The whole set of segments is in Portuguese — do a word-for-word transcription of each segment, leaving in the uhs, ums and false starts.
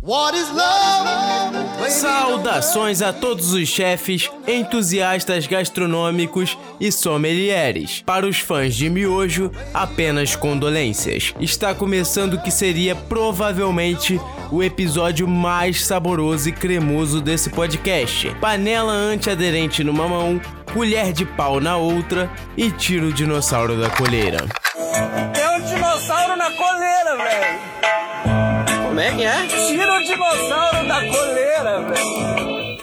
What is love? Saudações a todos os chefes, entusiastas gastronômicos e sommeliers. Para os fãs de miojo, apenas condolências. Está começando o que seria provavelmente o episódio mais saboroso e cremoso desse podcast. Panela antiaderente numa mão, colher de pau na outra e tira o dinossauro da coleira. Tem um dinossauro na coleira, velho. Como é que é? Tira o dinossauro da coleira, velho.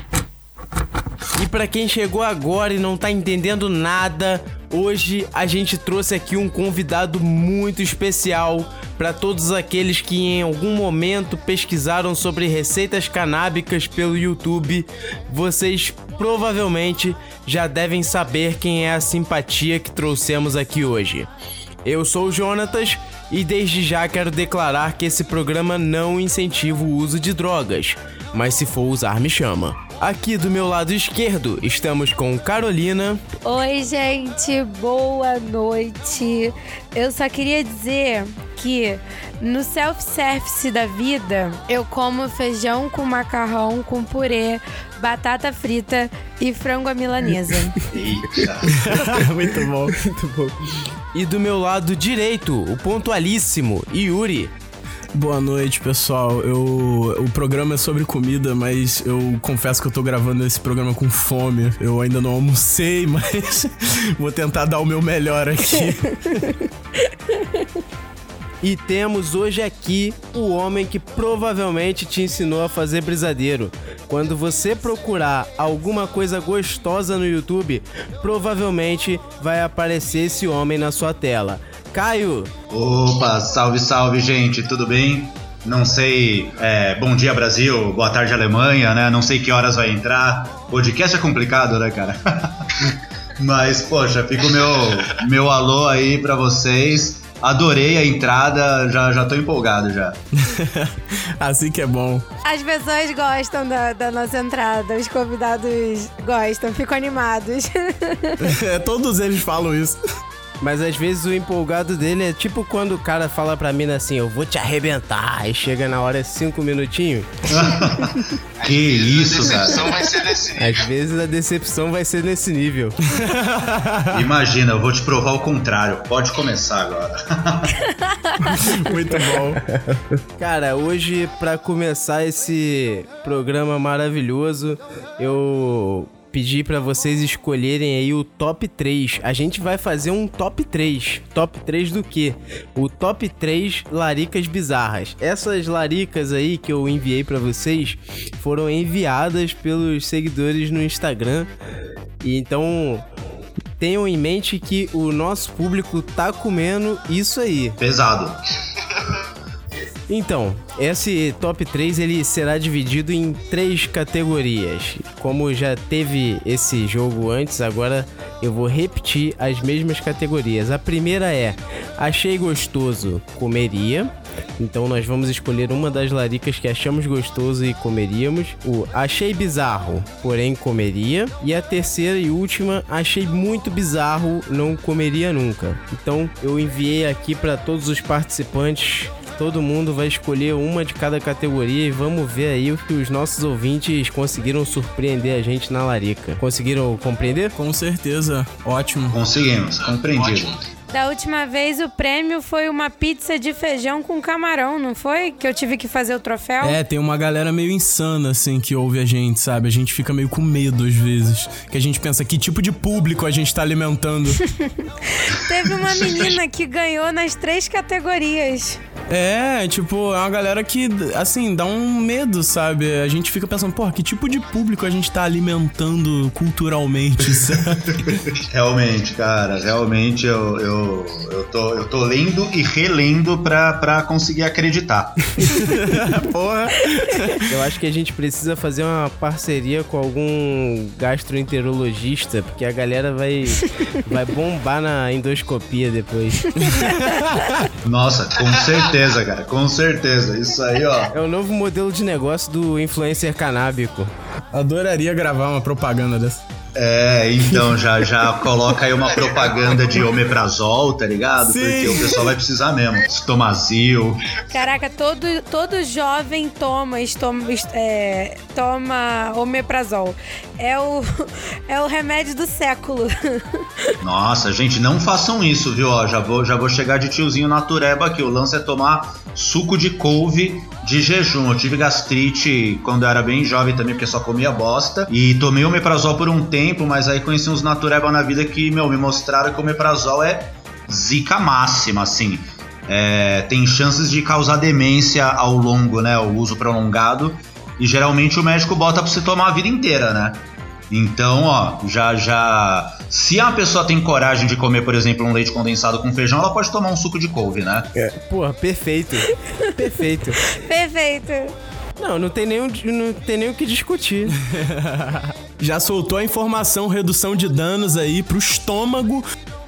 E pra quem chegou agora e não tá entendendo nada, hoje a gente trouxe aqui um convidado muito especial para todos aqueles que em algum momento pesquisaram sobre receitas canábicas pelo YouTube. Vocês provavelmente já devem saber quem é a simpatia que trouxemos aqui hoje. Eu sou o Jonatas e desde já quero declarar que esse programa não incentiva o uso de drogas, mas se for usar me chama. Aqui do meu lado esquerdo estamos com Carolina. Oi gente, boa noite. Eu só queria dizer que no self-service da vida eu como feijão com macarrão com purê, batata frita e frango à milanesa. Eita. Muito bom, muito bom. E do meu lado direito, o pontualíssimo Yuri. Boa noite, pessoal. Eu, o programa é sobre comida, mas eu confesso que eu tô gravando esse programa com fome. Eu ainda não almocei, mas vou tentar dar o meu melhor aqui. E temos hoje aqui o homem que provavelmente te ensinou a fazer brisadeiro. Quando você procurar alguma coisa gostosa no YouTube, provavelmente vai aparecer esse homem na sua tela. Caio! Opa, salve, salve, gente, tudo bem? Não sei, é, bom dia Brasil, boa tarde Alemanha, né? Não sei que horas vai entrar. Podcast é complicado, né, cara? Mas, poxa, fica o meu, meu alô aí pra vocês. Adorei a entrada, já, já tô empolgado já. Assim que é bom. As pessoas gostam da, da nossa entrada, os convidados gostam, ficam animados. É, todos eles falam isso. Mas às vezes o empolgado dele é tipo quando o cara fala pra mina assim, eu vou te arrebentar, aí chega na hora cinco minutinhos. Que isso, cara. A decepção vai ser desse nível. Às vezes a decepção vai ser nesse nível. Imagina, eu vou te provar o contrário. Pode começar agora. Muito bom. Cara, hoje pra começar esse programa maravilhoso, eu pedi pra vocês escolherem aí o top três. A gente vai fazer um top três. Top três do quê? O top três laricas bizarras. Essas laricas aí que eu enviei pra vocês foram enviadas pelos seguidores no Instagram. E então tenham em mente que o nosso público tá comendo isso aí. Pesado. Então, esse top três ele será dividido em três categorias. Como já teve esse jogo antes, agora eu vou repetir as mesmas categorias. A primeira é achei gostoso, comeria. Então nós vamos escolher uma das laricas que achamos gostoso e comeríamos. O achei bizarro, porém comeria. E a terceira e última, achei muito bizarro, não comeria nunca. Então eu enviei aqui para todos os participantes. Todo mundo vai escolher uma de cada categoria e vamos ver aí o que os nossos ouvintes conseguiram surpreender a gente na larica. Conseguiram compreender? Com certeza, ótimo. Conseguimos, compreendido. Da última vez o prêmio foi uma pizza de feijão com camarão, não foi? Que eu tive que fazer o troféu? É, tem uma galera meio insana, assim, que ouve a gente, sabe? A gente fica meio com medo às vezes. Que a gente pensa, que tipo de público a gente tá alimentando? Teve uma menina que ganhou nas três categorias. É, tipo, é uma galera que, assim, dá um medo, sabe? A gente fica pensando, porra, que tipo de público a gente tá alimentando culturalmente, sabe? Realmente, cara, realmente eu, eu, eu, tô, eu tô lendo e relendo pra, pra conseguir acreditar. Porra! Eu acho que a gente precisa fazer uma parceria com algum gastroenterologista, porque a galera vai, vai bombar na endoscopia depois. Nossa, com certeza. certeza, cara, com certeza. Isso aí, ó. É o novo modelo de negócio do influencer canábico. Adoraria gravar uma propaganda dessa. É, então já, já coloca aí uma propaganda de omeprazol, tá ligado? Sim. Porque o pessoal vai precisar mesmo. Estomazil. Caraca, todo, todo jovem toma, estoma, é, toma omeprazol. É o, é o remédio do século. Nossa, gente, não façam isso, viu? Ó, já vou, já vou chegar de tiozinho natureba aqui. O lance é tomar suco de couve de jejum. Eu tive gastrite quando eu era bem jovem também, porque só comia bosta. E tomei omeprazol por um tempo, mas aí conheci uns natureba na vida que, meu, me mostraram que o omeprazol é zica máxima, assim. É, tem chances de causar demência ao longo, né? O uso prolongado. E geralmente o médico bota pra você tomar a vida inteira, né? Então, ó, já, já... Se a pessoa tem coragem de comer, por exemplo, um leite condensado com feijão, ela pode tomar um suco de couve, né? É, porra, perfeito. Perfeito. Perfeito. Não, não tem nem, não tem nem o que discutir. Já soltou a informação, redução de danos aí pro estômago.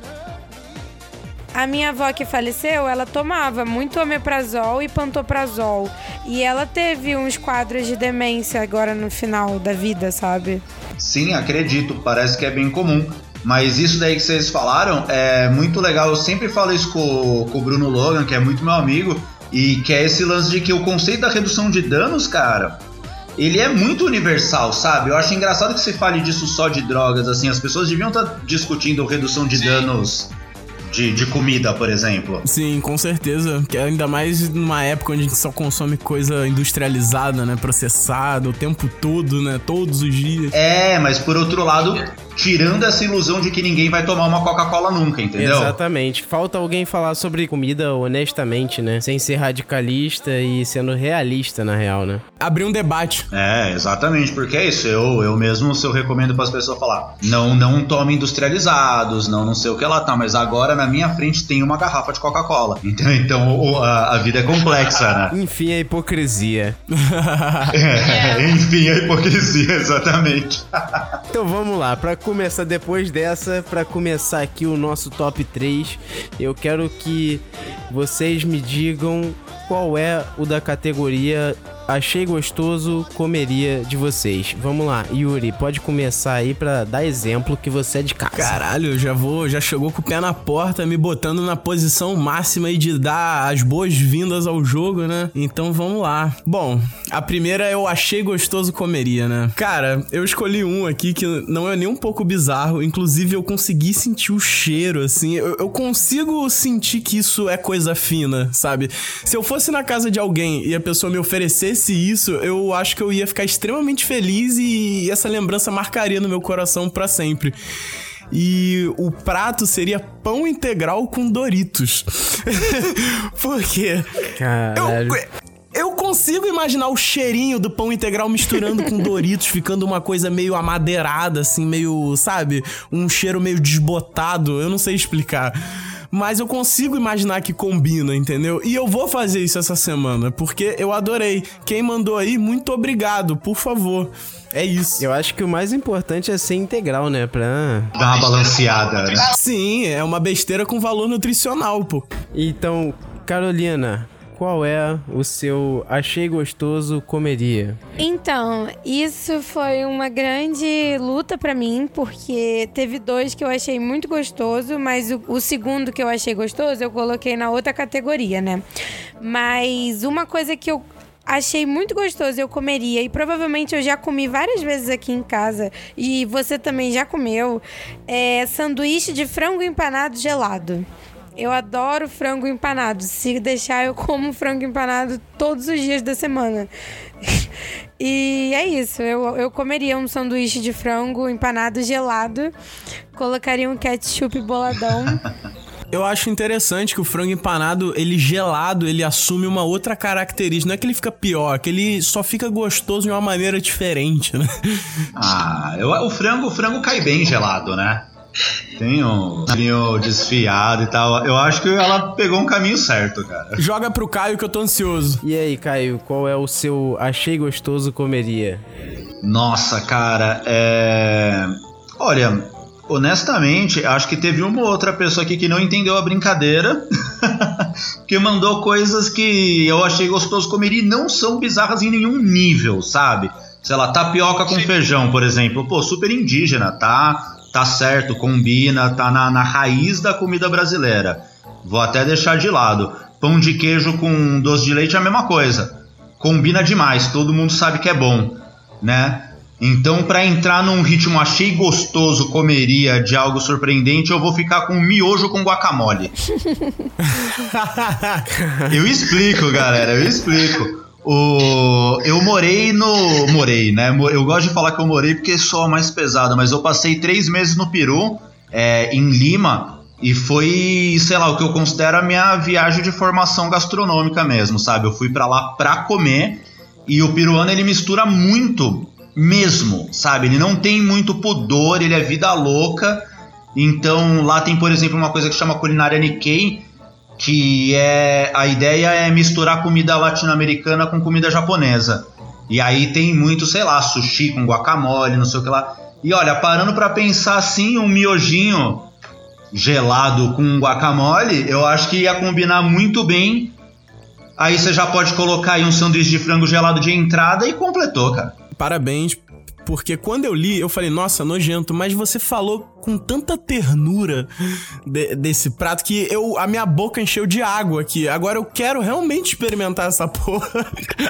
A minha avó que faleceu, ela tomava muito omeprazol e pantoprazol. E ela teve uns quadros de demência agora no final da vida, sabe? Sim, acredito, parece que é bem comum. Mas isso daí que vocês falaram é muito legal. Eu sempre falo isso com, com o Bruno Logan, que é muito meu amigo, e que é esse lance de que o conceito da redução de danos, cara, ele é muito universal, sabe? Eu acho engraçado que se fale disso só de drogas, assim. As pessoas deviam estar discutindo redução de danos de, de comida, por exemplo. Sim, com certeza. Que ainda mais numa época onde a gente só consome coisa industrializada, né? Processada o tempo todo, né? Todos os dias. É, mas por outro lado, tirando essa ilusão de que ninguém vai tomar uma Coca-Cola nunca, entendeu? Exatamente. Falta alguém falar sobre comida honestamente, né? Sem ser radicalista e sendo realista, na real, né? Abrir um debate. É, exatamente, porque é isso. Eu, eu mesmo, se eu recomendo para as pessoas falar, não, não tome industrializados, não, não sei o que lá tá, mas agora na minha frente tem uma garrafa de Coca-Cola. Então, então a, a vida é complexa, né? Enfim, a hipocrisia. É, enfim, a hipocrisia, exatamente. Então vamos lá, pra começar depois dessa, pra começar aqui o nosso top três, eu quero que vocês me digam qual é o da categoria Achei Gostoso, Comeria de vocês. Vamos lá, Yuri, pode começar aí pra dar exemplo que você é de casa. Caralho, já vou, já chegou com o pé na porta, me botando na posição máxima aí de dar as boas-vindas ao jogo, né? Então vamos lá. Bom, a primeira eu achei gostoso, comeria, né? Cara, eu escolhi um aqui que não é nem um pouco bizarro, inclusive eu consegui sentir o cheiro, assim, eu, eu consigo sentir que isso é coisa fina, sabe? Se eu fosse na casa de alguém e a pessoa me oferecesse isso, eu acho que eu ia ficar extremamente feliz e essa lembrança marcaria no meu coração pra sempre. E o prato seria pão integral com Doritos. Por quê? Caralho. Eu, eu consigo imaginar o cheirinho do pão integral misturando com Doritos, ficando uma coisa meio amadeirada, assim, meio, sabe? Um cheiro meio desbotado, eu não sei explicar. Mas eu consigo imaginar que combina, entendeu? E eu vou fazer isso essa semana, porque eu adorei. Quem mandou aí, muito obrigado, por favor. É isso. Eu acho que o mais importante é ser integral, né? Pra dar uma balanceada, né? Sim, é uma besteira com valor nutricional, pô. Então, Carolina, qual é o seu achei gostoso, comeria? Então, isso foi uma grande luta pra mim, porque teve dois que eu achei muito gostoso, mas o, o segundo que eu achei gostoso eu coloquei na outra categoria, né? Mas uma coisa que eu achei muito gostoso, eu comeria, e provavelmente eu já comi várias vezes aqui em casa, e você também já comeu, é sanduíche de frango empanado gelado. Eu adoro frango empanado. Se deixar, eu como frango empanado todos os dias da semana. E é isso. Eu, eu comeria um sanduíche de frango empanado gelado. Colocaria um ketchup boladão. Eu acho interessante que o frango empanado, ele gelado, ele assume uma outra característica. Não é que ele fica pior, é que ele só fica gostoso de uma maneira diferente, né? Ah, eu, o frango, o frango cai bem gelado, né? Tem um caminho desfiado e tal. Eu acho que ela pegou um caminho certo, cara. Joga pro Caio que eu tô ansioso. E aí, Caio, qual é o seu achei gostoso, comeria? Nossa, cara, é... Olha, honestamente, acho que teve uma ou outra pessoa aqui que não entendeu a brincadeira. Que mandou coisas que eu achei gostoso, comeria e não são bizarras em nenhum nível, sabe? sei lá, tapioca com feijão, por exemplo. Pô, super indígena, tá, tá certo, combina, tá na, na raiz da comida brasileira. Vou até deixar de lado. Pão de queijo com doce de leite é a mesma coisa. Combina demais, todo mundo sabe que é bom, né? Então, pra entrar num ritmo achei gostoso, comeria de algo surpreendente, eu vou ficar com miojo com guacamole. Eu explico, galera, eu explico. O... Eu morei no... Morei, né? Eu gosto de falar que eu morei porque soa mais pesado, mas eu passei três meses no Peru, é, em Lima, e foi, sei lá, o que eu considero a minha viagem de formação gastronômica mesmo, sabe? Eu fui pra lá pra comer, e o peruano, ele mistura muito mesmo, sabe? Ele não tem muito pudor, ele é vida louca. Então, lá tem, por exemplo, uma coisa que chama culinária Nikkei, que é a ideia é misturar comida latino-americana com comida japonesa. E aí tem muito, sei lá, sushi com guacamole, não sei o que lá. E olha, parando pra pensar assim, um miojinho gelado com guacamole, eu acho que ia combinar muito bem. Aí você já pode colocar aí um sanduíche de frango gelado de entrada e completou, cara. Parabéns, porque quando eu li, eu falei, nossa, nojento, mas você falou com tanta ternura de, desse prato que eu, a minha boca encheu de água aqui. Agora eu quero realmente experimentar essa porra.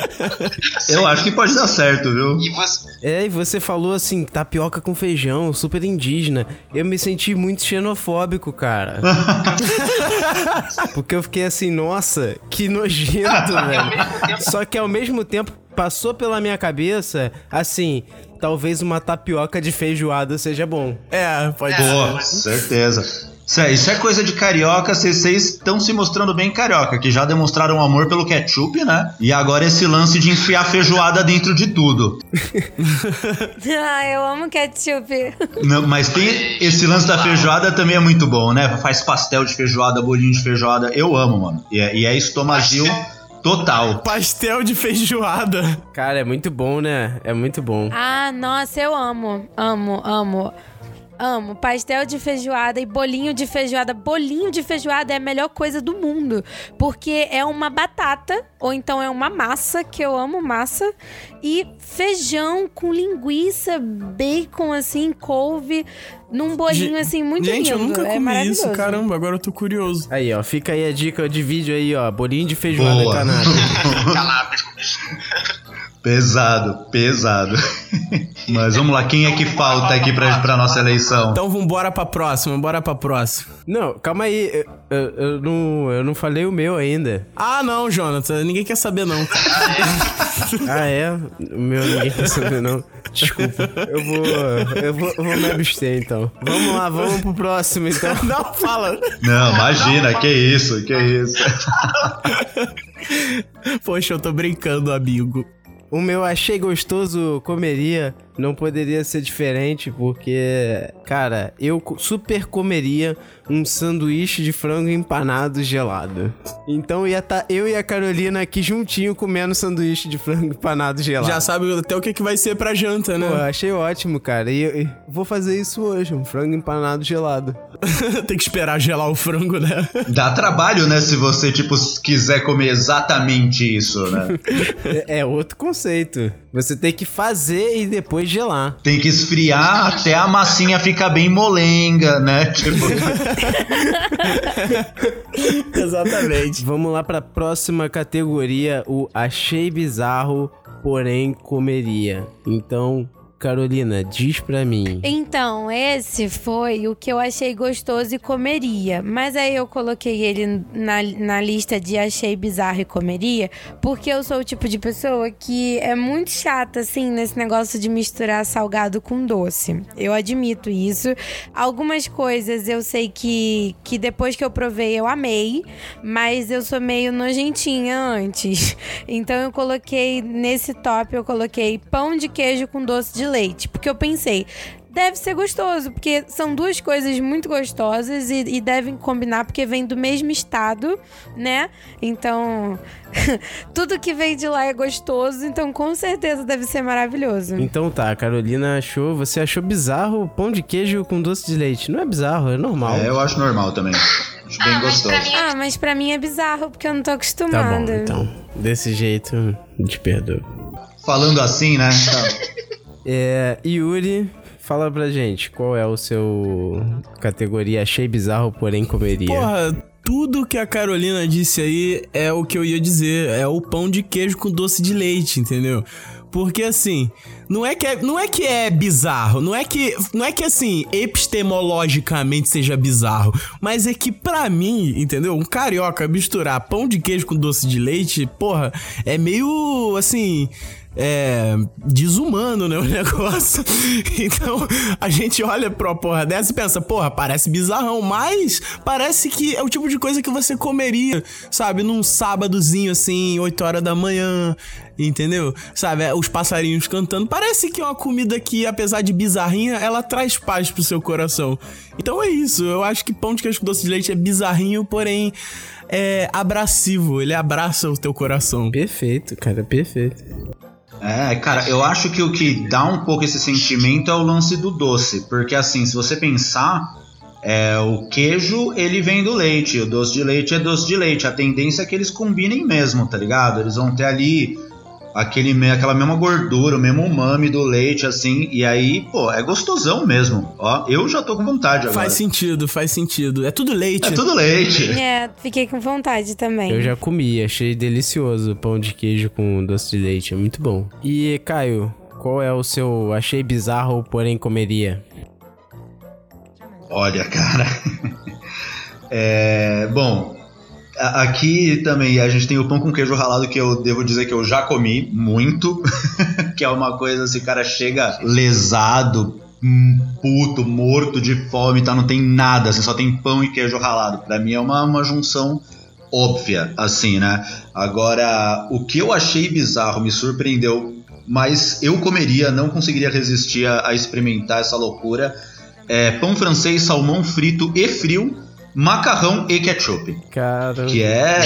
Eu acho que pode dar certo, viu? E você... É, e você falou assim, tapioca com feijão, super indígena. Eu me senti muito xenofóbico, cara. Porque eu fiquei assim, nossa, que nojento, velho. Só que ao mesmo tempo passou pela minha cabeça, assim, talvez uma tapioca de feijoada seja bom. É, pode ser. Pô, certeza. Isso é, isso é coisa de carioca, vocês estão se mostrando bem carioca, que já demonstraram amor pelo ketchup, né? E agora esse lance de enfiar feijoada dentro de tudo. Ah, eu amo ketchup. Não, mas tem esse lance da feijoada também é muito bom, né? Faz pastel de feijoada, bolinho de feijoada. Eu amo, mano. E é, e é estomazil total. Pastel de feijoada. Cara, é muito bom, né? É muito bom. Ah, nossa, eu amo. Amo, amo. Amo. Pastel de feijoada e bolinho de feijoada. Bolinho de feijoada é a melhor coisa do mundo. Porque é uma batata, ou então é uma massa, que eu amo massa, e feijão com linguiça, bacon, assim, couve, num bolinho, assim, muito Gente, lindo. eu nunca é comi isso, caramba, agora eu tô curioso. Aí, ó, fica aí a dica de vídeo aí, ó, bolinho de feijoada Boa. canábis. Cannabis. Pesado, pesado. Mas vamos lá, quem é que falta aqui pra, pra nossa eleição? Então vambora pra próxima, bora pra próxima. Não, calma aí, eu, eu, eu não, eu não falei o meu ainda. Ah, não, Jonathan, ninguém quer saber não. Ah, é? O meu ninguém quer saber, não. Desculpa, eu vou, eu vou, eu vou me abster, então. Vamos lá, vamos pro próximo, então. Não, fala. Não, imagina, que isso, que isso. Poxa, eu tô brincando, amigo. O meu achei gostoso, comeria, não poderia ser diferente, porque, cara, eu super comeria um sanduíche de frango empanado gelado. Então ia tá eu e a Carolina aqui juntinho comendo sanduíche de frango empanado gelado. Já sabe até o que, que vai ser pra janta, né? Pô, achei ótimo, cara. E eu, eu vou fazer isso hoje, um frango empanado gelado. Tem que esperar gelar o frango, né? Dá trabalho, né, se você, tipo, quiser comer exatamente isso, né? É, é outro conceito. Você tem que fazer e depois gelar. Tem que esfriar até a massinha ficar bem molenga, né? Tipo... Exatamente. Vamos lá pra próxima categoria, o achei bizarro, porém comeria. Então, Carolina, diz pra mim. Então, esse foi o que eu achei gostoso e comeria. Mas aí eu coloquei ele na, na lista de achei bizarro e comeria, porque eu sou o tipo de pessoa que é muito chata, assim, nesse negócio de misturar salgado com doce. Eu admito isso. Algumas coisas eu sei que, que depois que eu provei eu amei, mas eu sou meio nojentinha antes. Então eu coloquei, nesse top, eu coloquei pão de queijo com doce de leite, porque eu pensei, deve ser gostoso, porque são duas coisas muito gostosas e, e devem combinar, porque vem do mesmo estado, né? Então, tudo que vem de lá é gostoso, então com certeza deve ser maravilhoso. Então tá, a Carolina achou, você achou bizarro pão de queijo com doce de leite. Não é bizarro, é normal. É, eu acho normal também. Acho bem Ah, mas gostoso. pra mim Ah, mas pra mim é bizarro, porque eu não tô Tá acostumada. bom, então. Desse jeito, te perdoo. falando assim, né? É, Yuri, fala pra gente, qual é o seu categoria achei bizarro, porém comeria? Porra, tudo que a Carolina disse aí é o que eu ia dizer. É o pão de queijo com doce de leite, entendeu? Porque assim, não é que é, não é que é bizarro, não é que, não é que assim, epistemologicamente seja bizarro, mas é que pra mim, entendeu? Um carioca misturar pão de queijo com doce de leite, porra, é meio assim... É... desumano, né, o negócio. Então, a gente olha pra uma porra dessa e pensa, porra, parece bizarrão, mas parece que é o tipo de coisa que você comeria, sabe, num sábadozinho assim, oito horas da manhã, entendeu? Sabe, os passarinhos cantando, parece que é uma comida que, apesar de bizarrinha, ela traz paz pro seu coração. Então é isso, eu acho que pão de queijo com doce de leite é bizarrinho, porém é abrasivo, ele abraça o teu coração. Perfeito, cara, perfeito. É, cara, eu acho que o que dá um pouco esse sentimento é o lance do doce. Porque assim, se você pensar, é, o queijo, ele vem do leite. O doce de leite é doce de leite. A tendência é que eles combinem mesmo, tá ligado? Eles vão ter ali aquele, aquela mesma gordura, o mesmo umami do leite, assim. E aí, pô, é gostosão mesmo. Ó, eu já tô com vontade agora. Faz sentido, faz sentido. É tudo leite. É tudo leite. É, fiquei com vontade também. Eu já comi, achei delicioso o pão de queijo com doce de leite, é muito bom. E, Caio, qual é o seu achei bizarro, porém comeria? Olha, cara... é... Bom... Aqui também a gente tem o pão com queijo ralado, que eu devo dizer que eu já comi muito. Que é uma coisa assim, o cara chega lesado, puto, morto de fome, tá? Não tem nada, assim, só tem pão e queijo ralado. Pra mim é uma, uma junção óbvia, assim, né? Agora, o que eu achei bizarro, me surpreendeu, mas eu comeria, não conseguiria resistir a, a experimentar essa loucura. É pão francês, salmão frito e frio, macarrão e ketchup. Cara... Que é...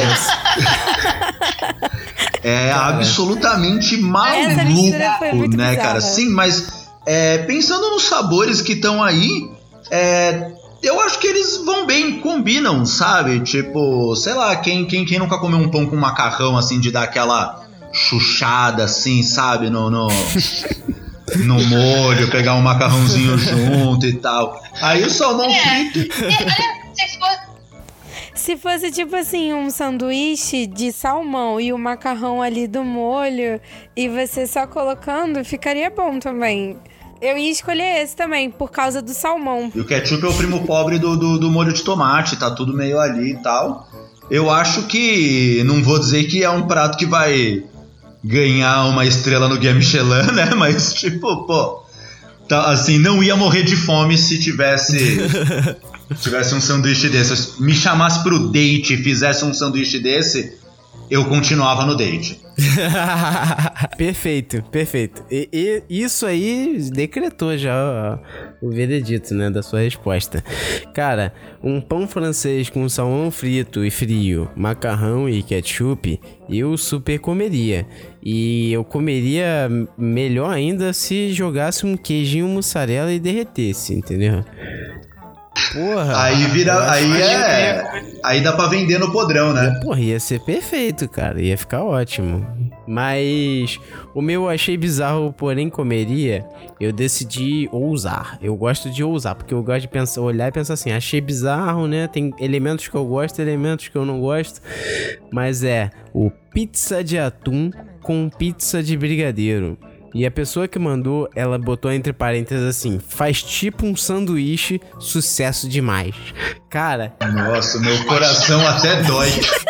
é cara, absolutamente maluco, né, bizarra, cara? Sim, mas é, pensando nos sabores que estão aí, é, eu acho que eles vão bem, combinam, sabe? Tipo, sei lá, quem, quem, quem nunca comeu um pão com macarrão, assim, de dar aquela chuchada, assim, sabe? No... no... no molho, pegar um macarrãozinho junto e tal. Aí o salmão é, frito... É, se fosse... Se fosse tipo assim, um sanduíche de salmão e o macarrão ali do molho e você só colocando, ficaria bom também. Eu ia escolher esse também, por causa do salmão. E o ketchup é o primo pobre do, do, do molho de tomate, tá tudo meio ali e tal. Eu acho que... não vou dizer que é um prato que vai ganhar uma estrela no Guia Michelin, né? Mas, tipo, pô... Tá, assim, não ia morrer de fome se tivesse... tivesse um sanduíche desse. Me chamasse pro date e fizesse um sanduíche desse, eu continuava no date. Perfeito, perfeito. E, e isso aí decretou já ó, o veredito, né, da sua resposta. Cara, um pão francês com salmão frito e frio, macarrão e ketchup, eu super comeria. E eu comeria melhor ainda se jogasse um queijinho mussarela e derretesse, entendeu? Porra, aí vira, aí é, aí dá pra vender no podrão, né? Porra, ia ser perfeito, cara, ia ficar ótimo. Mas o meu achei bizarro, porém comeria, eu decidi ousar. Eu gosto de ousar, porque eu gosto de pensar, olhar e pensar assim, achei bizarro, né? Tem elementos que eu gosto, elementos que eu não gosto. Mas é o pizza de atum com pizza de brigadeiro. E a pessoa que mandou, ela botou entre parênteses assim, faz tipo um sanduíche, sucesso demais. Cara... Nossa, meu coração até dói.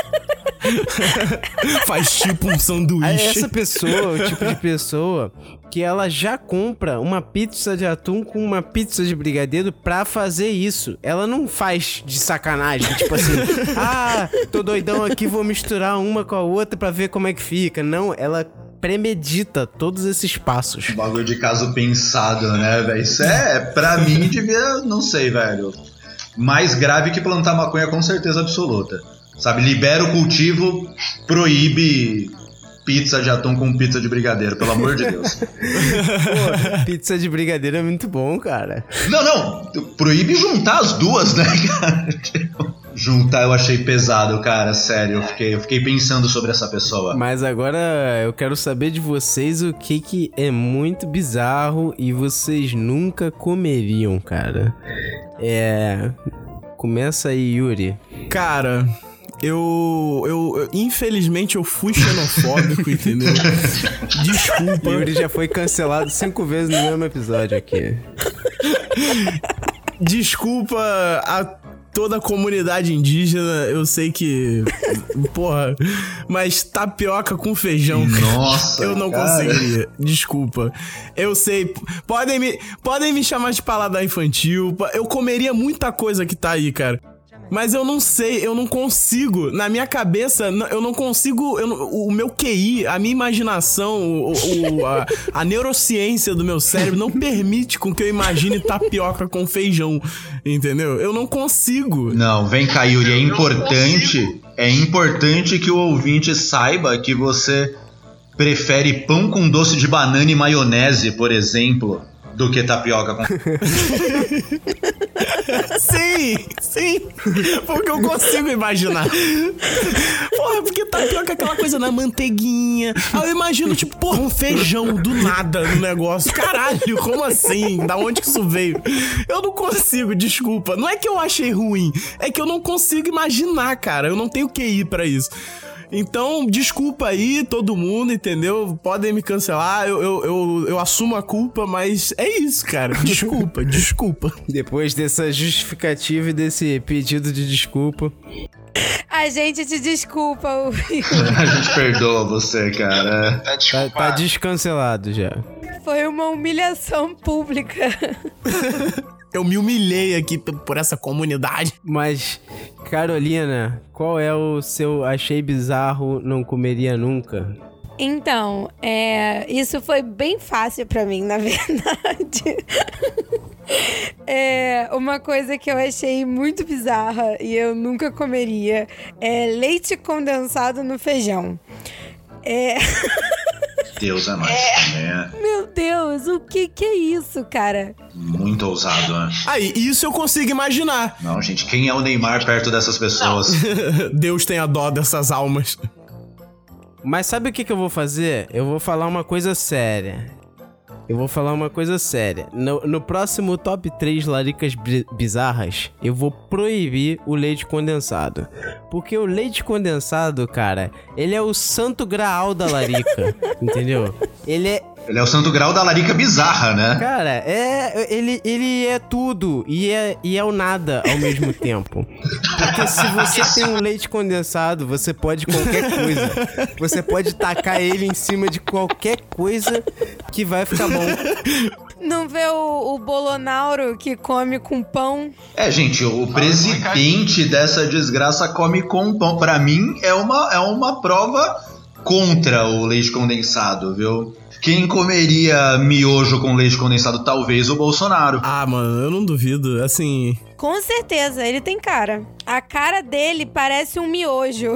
Faz tipo um sanduíche. Essa pessoa, o tipo de pessoa que ela já compra uma pizza de atum com uma pizza de brigadeiro pra fazer isso. Ela não faz de sacanagem, tipo assim, ah, tô doidão aqui, vou misturar uma com a outra pra ver como é que fica. Não, ela... premedita todos esses passos. Um bagulho de caso pensado, né, velho? Isso é, pra mim, devia, não sei, velho. Mais grave que plantar maconha, com certeza absoluta. Sabe, libera o cultivo, proíbe pizza de atum com pizza de brigadeiro, pelo amor de Deus. Pô, pizza de brigadeiro é muito bom, cara. Não, não, proíbe juntar as duas, né, cara? juntar eu achei pesado, cara, sério. Eu fiquei, eu fiquei pensando sobre essa pessoa. Mas agora eu quero saber de vocês o que que é muito bizarro e vocês nunca comeriam, cara. É... Começa aí, Yuri. Cara... Eu, eu, eu, infelizmente, eu fui xenofóbico, entendeu? Desculpa. Yuri já foi cancelado cinco vezes no mesmo episódio aqui. Desculpa a toda a comunidade indígena, eu sei que... Porra, mas tapioca com feijão... Nossa, eu não cara. conseguiria, desculpa. Eu sei, podem me, podem me chamar de paladar infantil, eu comeria muita coisa que tá aí, cara. Mas eu não sei, eu não consigo, na minha cabeça, eu não consigo, eu não, o meu Q I, a minha imaginação, o, o, a, a neurociência do meu cérebro não permite com que eu imagine tapioca com feijão, entendeu? Eu não consigo. Não, vem cá, Yuri, é importante, é importante que o ouvinte saiba que você prefere pão com doce de banana e maionese, por exemplo, do que tapioca com... Sim, sim, porque eu consigo imaginar. Porra, porque tapioca é aquela coisa na manteiguinha. Aí eu imagino, tipo, porra, um feijão do nada no negócio. Caralho, como assim? Da onde que isso veio? Eu não consigo, desculpa. Não é que eu achei ruim, é que eu não consigo imaginar, cara. Eu não tenho Q I pra isso. Então, desculpa aí todo mundo, entendeu? Podem me cancelar, eu, eu, eu, eu assumo a culpa, mas é isso, cara. Desculpa, desculpa. Depois dessa justificativa e desse pedido de desculpa... A gente te desculpa, A gente perdoa você, cara. Tá Tá, tá descancelado já. Foi uma humilhação pública. Eu me humilhei aqui p- por essa comunidade. Mas, Carolina, qual é o seu achei bizarro, não comeria nunca? Então, é, isso foi bem fácil pra mim, na verdade. É, uma coisa que eu achei muito bizarra e eu nunca comeria é leite condensado no feijão. É... Deus é nóis também, é Meu Deus, o que que é isso, cara? muito ousado, né? Aí, isso eu consigo imaginar. Não, gente, quem é o Neymar perto dessas pessoas? Deus tenha dó dessas almas. Mas sabe o que, que eu vou fazer? Eu vou falar uma coisa séria. Eu vou falar uma coisa séria. No, no próximo top três laricas bi- bizarras, eu vou proibir o leite condensado. Porque o leite condensado, cara, ele é o santo graal da larica, entendeu? Ele é... Ele é o santo grau da larica bizarra, né? Cara, é, ele, ele é tudo e é, e é o nada ao mesmo tempo. Porque se você tem um leite condensado, você pode qualquer coisa. Você pode tacar ele em cima de qualquer coisa que vai ficar bom. Não vê o, o Bolonauro que come com pão? É, gente, o presidente dessa desgraça come com pão. Pra mim, é uma, é uma prova contra o leite condensado, viu? Quem comeria miojo com leite condensado? Talvez o Bolsonaro. Ah, mano, eu não duvido, assim... Com certeza, ele tem cara. A cara dele parece um miojo.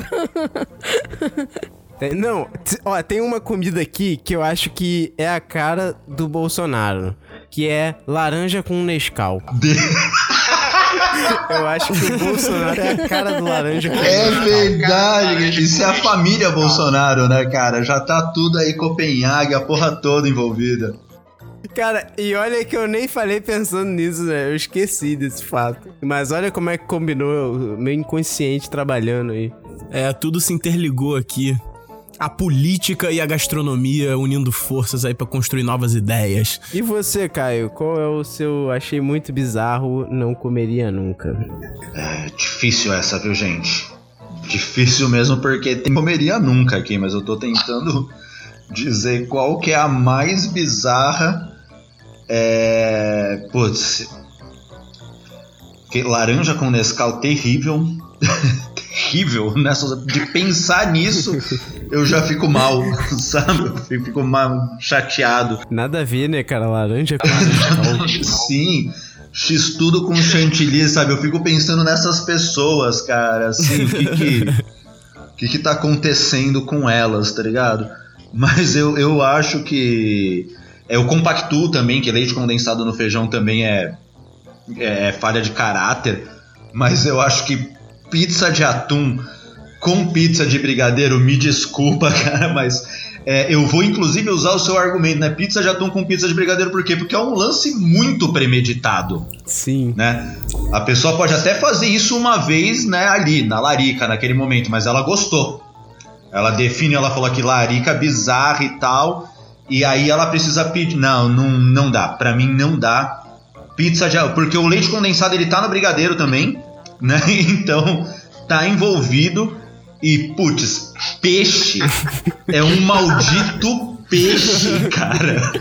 Tem- Não, t- ó, tem uma comida aqui que eu acho que é a cara do Bolsonaro, que é laranja com Nescau. De- Eu acho que o Bolsonaro é a cara do laranja com É Nescau. verdade, isso é a família Bolsonaro, né, cara? Já tá tudo aí, Copenhague, a porra toda envolvida. Cara, e olha que eu nem falei pensando nisso, né? Eu esqueci desse fato. Mas olha como é que combinou o meu inconsciente trabalhando aí. É, tudo se interligou aqui. A política e a gastronomia unindo forças aí pra construir novas ideias. E você, Caio, qual é o seu achei muito bizarro, não comeria nunca? É difícil essa, viu, gente? Difícil mesmo porque tem comeria nunca aqui, mas eu tô tentando dizer qual que é a mais bizarra. É... Putz... Que laranja com Nescau, terrível. Terrível, né? Só de pensar nisso, eu já fico mal, sabe? Eu fico mal, chateado. Nada a ver, né, cara? Laranja com Nescau. Sim, X tudo com chantilly, sabe? Eu fico pensando nessas pessoas, cara, assim, o que que, o que que tá acontecendo com elas, tá ligado? Mas eu, eu acho que... É, eu compactuo também que leite condensado no feijão também é, é falha de caráter, mas eu acho que pizza de atum com pizza de brigadeiro, me desculpa, cara, mas é, eu vou inclusive usar o seu argumento, né? Pizza de atum com pizza de brigadeiro, por quê? Porque é um lance muito premeditado. Sim. Né? A pessoa pode até fazer isso uma vez, né, ali, na larica, naquele momento, mas ela gostou. Ela define, ela falou que larica bizarra e tal, e aí ela precisa pedir. Não, não, não dá. Pra mim não dá. Pizza de atum, porque o leite condensado ele tá no brigadeiro também, né? Então tá envolvido. E, putz, peixe é um maldito peixe, cara.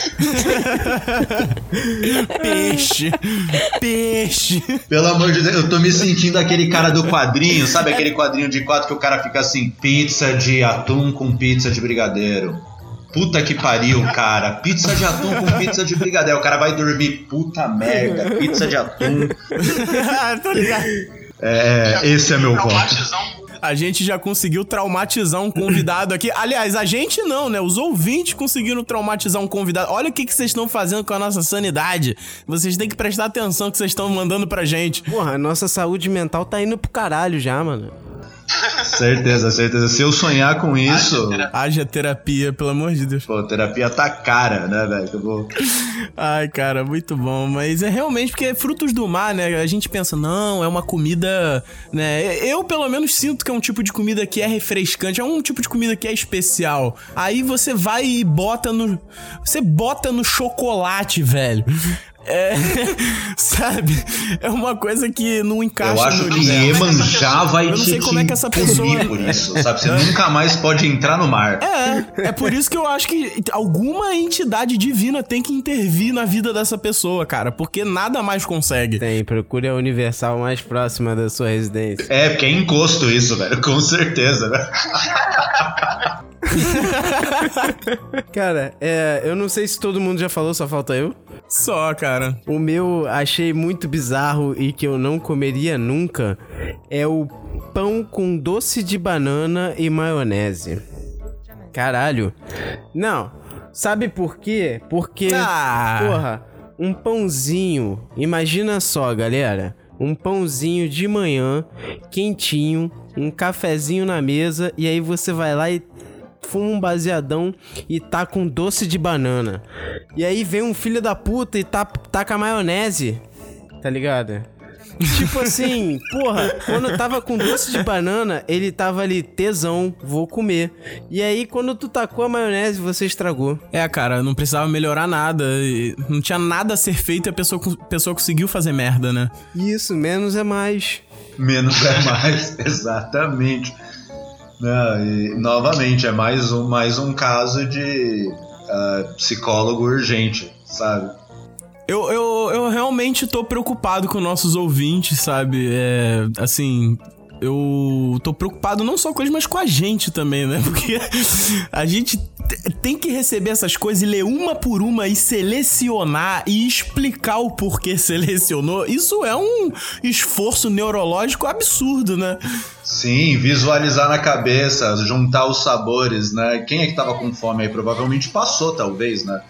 Peixe. Peixe. Pelo amor de Deus, eu tô me sentindo aquele cara do quadrinho, sabe aquele quadrinho de quatro que o cara fica assim, pizza de atum com pizza de brigadeiro. Puta que pariu, cara. Pizza de atum com pizza de brigadeiro. O cara vai dormir, puta merda, pizza de atum. Tô ligado. É, esse é meu voto. A gente já conseguiu traumatizar um convidado aqui. Aliás, a gente não, né? Os ouvintes conseguiram traumatizar um convidado. Olha o que, que vocês estão fazendo com a nossa sanidade. Vocês têm que prestar atenção que vocês estão mandando pra gente. Porra, a nossa saúde mental tá indo pro caralho já, mano. Certeza, certeza. Se eu sonhar com isso... Haja terapia, pelo amor de Deus. Pô, terapia tá cara, né, velho? Eu vou... Ai, cara, muito bom. Mas é realmente porque é frutos do mar, né? A gente pensa, não, é uma comida, né? Eu, pelo menos, sinto que é um tipo de comida que é refrescante. É um tipo de comida que é especial. Aí você vai e bota no... Você bota no chocolate, velho. É, sabe? É uma coisa que não encaixa. Eu acho no que universo. Iemanjá vai Eu não te, sei como é que essa pessoa... por isso, sabe? Você nunca mais pode entrar no mar. É, é por isso que eu acho que alguma entidade divina tem que intervir na vida dessa pessoa, cara, porque nada mais consegue. Tem, procure a Universal mais próxima da sua residência. É, porque é encosto isso, velho, com certeza, né? Cara, é, eu não sei se todo mundo já falou, só falta eu. Só, cara. O meu achei muito bizarro e que eu não comeria nunca é o pão com doce de banana e maionese. Caralho. Não, sabe por quê? Porque, Ah. porra, um pãozinho, imagina só, galera, um pãozinho de manhã, quentinho, um cafezinho na mesa, e aí você vai lá e fuma um baseadão e tá com doce de banana. E aí vem um filho da puta e tá, tá com a maionese, tá ligado? Tipo assim, porra, quando eu tava com doce de banana, ele tava ali, tesão, vou comer. E aí, quando tu tacou a maionese, você estragou. É, cara, não precisava melhorar nada. Não tinha nada a ser feito e a pessoa, a pessoa conseguiu fazer merda, né? Isso, menos é mais. Menos é mais, exatamente. Não, e, novamente, é mais um, mais um caso de uh, psicólogo urgente, sabe? Eu, eu, eu realmente tô preocupado com nossos ouvintes, sabe? É, assim, eu tô preocupado não só com eles, mas com a gente também, né? Porque a gente t- tem que receber essas coisas e ler uma por uma e selecionar e explicar o porquê selecionou. Isso é um esforço neurológico absurdo, né? Sim, visualizar na cabeça, juntar os sabores, né? Quem é que tava com fome aí? Provavelmente passou, talvez, né?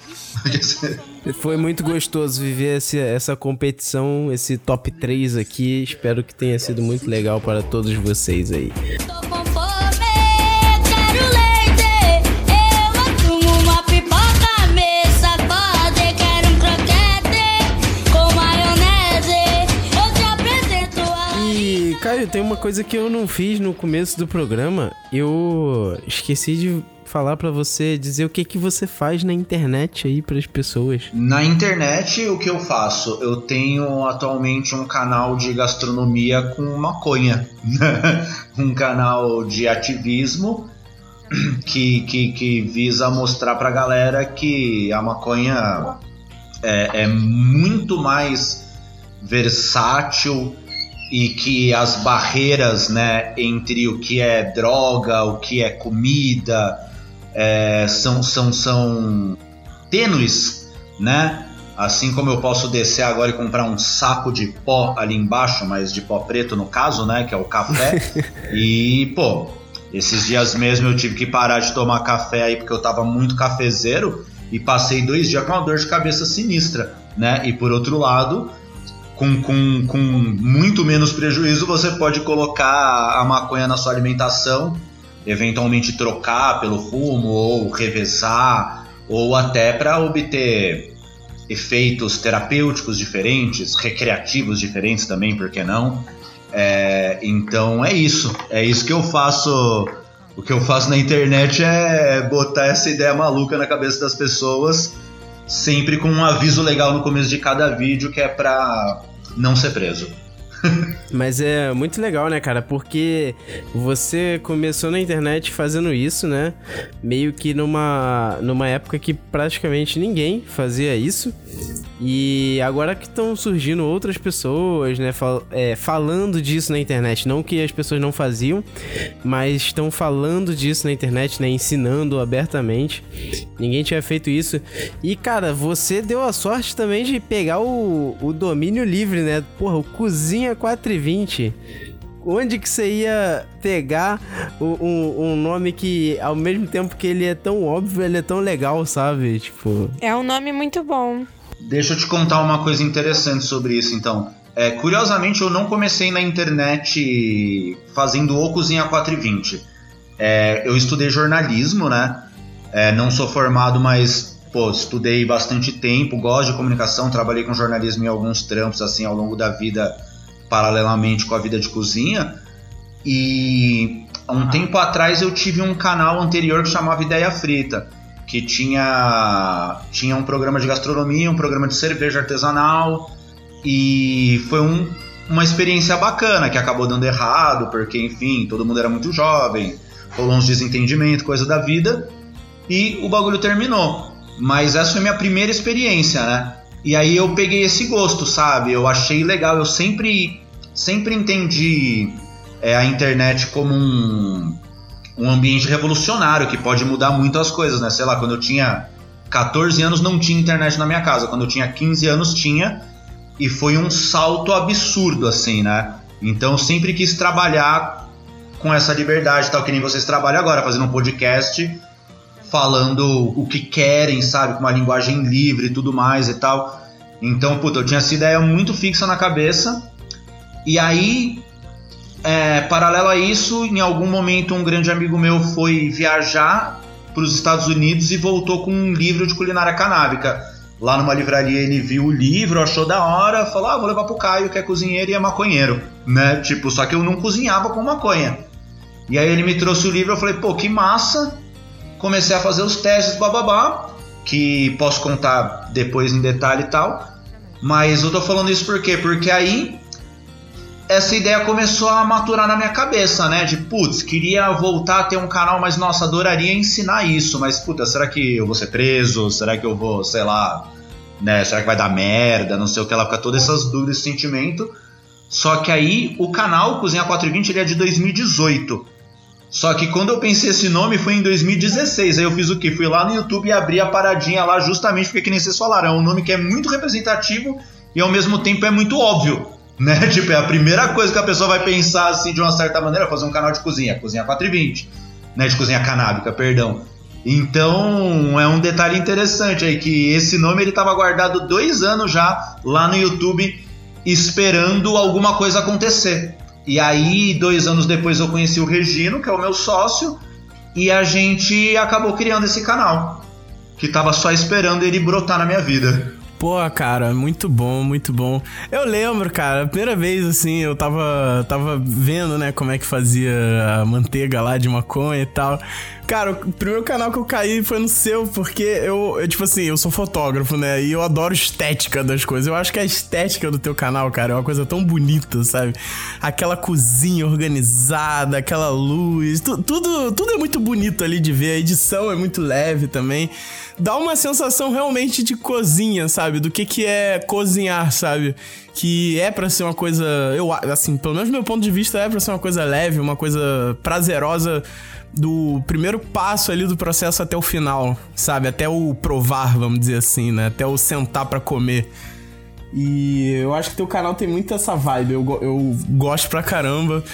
Foi muito gostoso viver esse, essa competição, esse top três aqui. Espero que tenha sido muito legal para todos vocês aí. Tô com fome, quero leite. Eu assumo uma pipoca, me sacode. Quero um croquete com maionese. Eu te apresento a... E, Caio, tem uma coisa que eu não fiz no começo do programa. Eu esqueci de falar pra você, dizer o que que você faz na internet aí pras pessoas. Na internet, o que eu faço? Eu tenho atualmente um canal de gastronomia com maconha. Um canal de ativismo que, que, que visa mostrar pra galera que a maconha é, é muito mais versátil e que as barreiras, né, entre o que é droga, o que é comida, É, são, são, são tênues, né? Assim como eu posso descer agora e comprar um saco de pó ali embaixo, mas de pó preto no caso, né? Que é o café. E, pô, esses dias mesmo eu tive que parar de tomar café aí porque eu tava muito cafezeiro e passei dois dias com uma dor de cabeça sinistra, né? E por outro lado, com, com, com muito menos prejuízo, você pode colocar a maconha na sua alimentação, eventualmente trocar pelo fumo, ou revezar, ou até para obter efeitos terapêuticos diferentes, recreativos diferentes também, por que não? É, então é isso, é isso que eu faço. O que eu faço na internet é botar essa ideia maluca na cabeça das pessoas, sempre com um aviso legal no começo de cada vídeo, que é pra não ser preso. Mas é muito legal, né, cara? Porque você começou na internet fazendo isso, né? Meio que numa, numa época que praticamente ninguém fazia isso. E agora que estão surgindo outras pessoas, né, fal- é, falando disso na internet. Não que as pessoas não faziam, mas estão falando disso na internet, né? Ensinando abertamente. Ninguém tinha feito isso. E, cara, você deu a sorte também de pegar o, o domínio livre, né? Porra, o Cozinha quatro e vinte. Onde que você ia pegar um, um nome que, ao mesmo tempo que ele é tão óbvio, ele é tão legal, sabe? Tipo... É um nome muito bom. Deixa eu te contar uma coisa interessante sobre isso, então. É, curiosamente, eu não comecei na internet fazendo o Cozinha quatro e vinte. É, eu estudei jornalismo, né? É, não sou formado, mas pô, estudei bastante tempo, gosto de comunicação, trabalhei com jornalismo em alguns trampos assim ao longo da vida, paralelamente com a vida de cozinha. E há um tempo atrás eu tive um canal anterior que chamava Ideia Frita, que tinha, tinha um programa de gastronomia, um programa de cerveja artesanal, e foi um, uma experiência bacana, que acabou dando errado, porque, enfim, todo mundo era muito jovem, rolou uns desentendimentos, coisa da vida, e o bagulho terminou. Mas essa foi a minha primeira experiência, né? E aí eu peguei esse gosto, sabe? Eu achei legal, eu sempre, sempre entendi é, a internet como um... um ambiente revolucionário que pode mudar muito as coisas, né? Sei lá, quando eu tinha catorze anos não tinha internet na minha casa. Quando eu tinha quinze anos tinha. E foi um salto absurdo, assim, né? Então eu sempre quis trabalhar com essa liberdade, tal que nem vocês trabalham agora, fazendo um podcast, falando o que querem, sabe? Com uma linguagem livre e tudo mais e tal. Então, puta, eu tinha essa ideia muito fixa na cabeça. E aí... É, paralelo a isso, em algum momento um grande amigo meu foi viajar para os Estados Unidos e voltou com um livro de culinária canábica. Lá numa livraria ele viu o livro, achou da hora, falou, ah, vou levar pro Caio, que é cozinheiro e é maconheiro, né? Tipo, só que eu não cozinhava com maconha. E aí ele me trouxe o livro, eu falei, pô, que massa. Comecei a fazer os testes, bababá, que posso contar depois em detalhe e tal. Mas eu tô falando isso por quê? Porque aí... essa ideia começou a maturar na minha cabeça, né? De, putz, queria voltar a ter um canal, mas, nossa, adoraria ensinar isso. Mas, puta, será que eu vou ser preso? Será que eu vou, sei lá, né? Será que vai dar merda? Não sei o que, ela fica todas essas dúvidas, esse sentimento. Só que aí, o canal Cozinha quatro e vinte, ele é de dois mil e dezoito. Só que quando eu pensei esse nome, foi em dois mil e dezesseis. Aí eu fiz o quê? Fui lá no YouTube e abri a paradinha lá, justamente porque, que nem vocês falaram, é um nome que é muito representativo e, ao mesmo tempo, é muito óbvio. Né? Tipo, é a primeira coisa que a pessoa vai pensar assim, de uma certa maneira, fazer um canal de cozinha, Cozinha quatro e vinte, né? De cozinha canábica, perdão. Então é um detalhe interessante aí, que esse nome ele estava guardado dois anos já lá no YouTube, esperando alguma coisa acontecer. E aí, dois anos depois eu conheci o Regino, que é o meu sócio, e a gente acabou criando esse canal, que estava só esperando ele brotar na minha vida. Pô, cara, muito bom, muito bom. Eu lembro, cara, a primeira vez, assim, eu tava, tava vendo, né, como é que fazia a manteiga lá de maconha e tal. Cara, o primeiro canal que eu caí foi no seu, porque eu, eu, tipo assim, eu sou fotógrafo, né, e eu adoro estética das coisas. Eu acho que a estética do teu canal, cara, é uma coisa tão bonita, sabe? Aquela cozinha organizada, aquela luz, tu, tudo, tudo é muito bonito ali de ver. A edição é muito leve também. Dá uma sensação realmente de cozinha, sabe? Do que que é cozinhar, sabe? Que é pra ser uma coisa... eu assim, pelo menos do meu ponto de vista, é pra ser uma coisa leve, uma coisa prazerosa do primeiro passo ali do processo até o final, sabe? Até o provar, vamos dizer assim, né? Até o sentar pra comer. E eu acho que teu canal tem muito essa vibe. Eu, eu gosto pra caramba.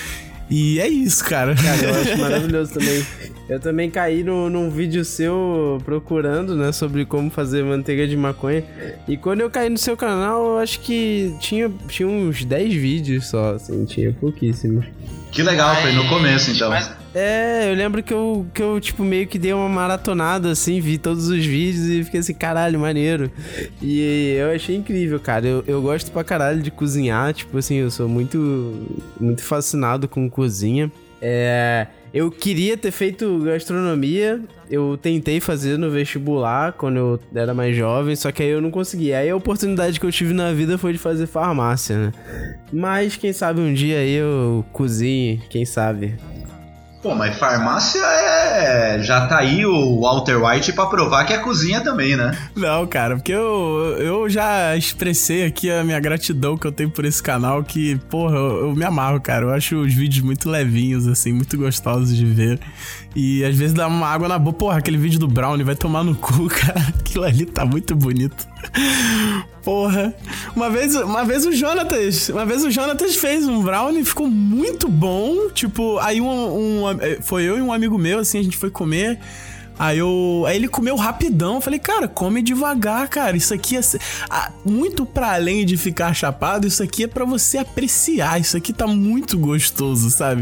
E é isso, cara. Cara, eu acho maravilhoso também. Eu também caí no, num vídeo seu procurando, né, sobre como fazer manteiga de maconha. E quando eu caí no seu canal, eu acho que tinha, tinha uns dez vídeos só, assim, tinha pouquíssimos. Que legal, foi no começo, então. Mas, É, eu lembro que eu, que eu, tipo, meio que dei uma maratonada, assim, vi todos os vídeos e fiquei assim, caralho, maneiro. E eu achei incrível, cara. Eu, eu gosto pra caralho de cozinhar, tipo assim, eu sou muito, muito fascinado com cozinha. É... Eu queria ter feito gastronomia, eu tentei fazer no vestibular quando eu era mais jovem, só que aí eu não consegui. Aí a oportunidade que eu tive na vida foi de fazer farmácia, né? Mas quem sabe um dia aí eu cozinhe, quem sabe... Pô, mas farmácia é... Já tá aí o Walter White pra provar que é cozinha também, né? Não, cara, porque eu, eu já expressei aqui a minha gratidão que eu tenho por esse canal, que, porra, eu, eu me amarro, cara. Eu acho os vídeos muito levinhos, assim, muito gostosos de ver. E às vezes dá uma água na boca. Porra, aquele vídeo do Brownie vai tomar no cu, cara. Aquilo ali tá muito bonito. Porra. Uma vez, uma vez o Jonatas, uma vez o Jonatas fez um brownie, ficou muito bom. Tipo, aí um, um, foi eu e um amigo meu, assim, a gente foi comer. Aí, eu, aí ele comeu rapidão. Eu falei, cara, come devagar, cara. Isso aqui é ah, muito pra além de ficar chapado. Isso aqui é pra você apreciar. Isso aqui tá muito gostoso, sabe?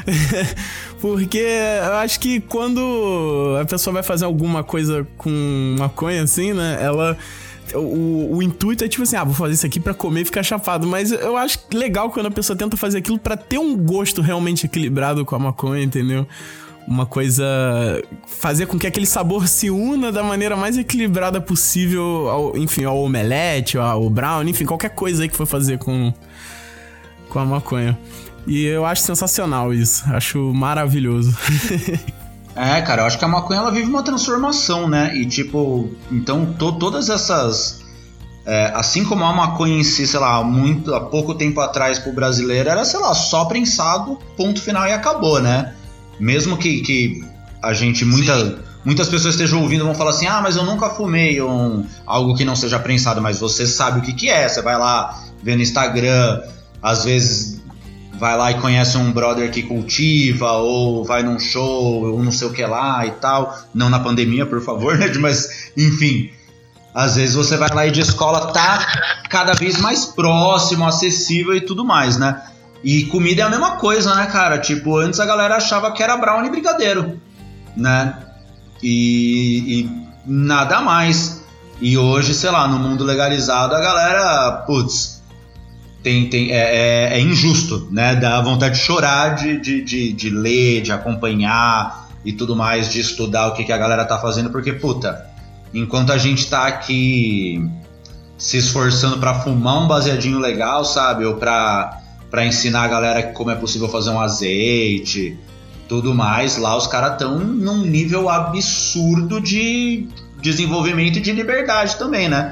Porque eu acho que quando a pessoa vai fazer alguma coisa com maconha, assim, né? Ela... O, o intuito é tipo assim, ah, vou fazer isso aqui pra comer e ficar chapado. Mas eu acho legal quando a pessoa tenta fazer aquilo pra ter um gosto realmente equilibrado com a maconha, entendeu? Uma coisa... Fazer com que aquele sabor se una da maneira mais equilibrada possível, ao, enfim, ao omelete, ao brownie, enfim, qualquer coisa aí que for fazer com, com a maconha. E eu acho sensacional isso, acho maravilhoso. É, cara, eu acho que a maconha, ela vive uma transformação, né? E, tipo, então, to, todas essas... É, assim como a maconha em si, sei lá, muito, há pouco tempo atrás pro brasileiro era, sei lá, só prensado, ponto final e acabou, né? Mesmo que, que a gente, muita, muitas pessoas estejam ouvindo e vão falar assim, ah, mas eu nunca fumei um, algo que não seja prensado, mas você sabe o que que é, você vai lá, vê no Instagram, às vezes... vai lá e conhece um brother que cultiva, ou vai num show, ou não sei o que lá e tal. Não na pandemia, por favor, né? Mas, enfim, às vezes você vai lá e de escola tá cada vez mais próximo, acessível e tudo mais, né? E comida é a mesma coisa, né, cara? Tipo, antes a galera achava que era brownie e brigadeiro, né? E, e nada mais. E hoje, sei lá, no mundo legalizado, a galera, putz... Tem, tem, é, é, é injusto, né? Dá vontade de chorar, de, de, de, de ler, de acompanhar e tudo mais, de estudar o que, que a galera tá fazendo, porque, puta, enquanto a gente tá aqui se esforçando pra fumar um baseadinho legal, sabe? Ou pra, pra ensinar a galera como é possível fazer um azeite, tudo mais, lá os caras tão num nível absurdo de desenvolvimento e de liberdade também, né?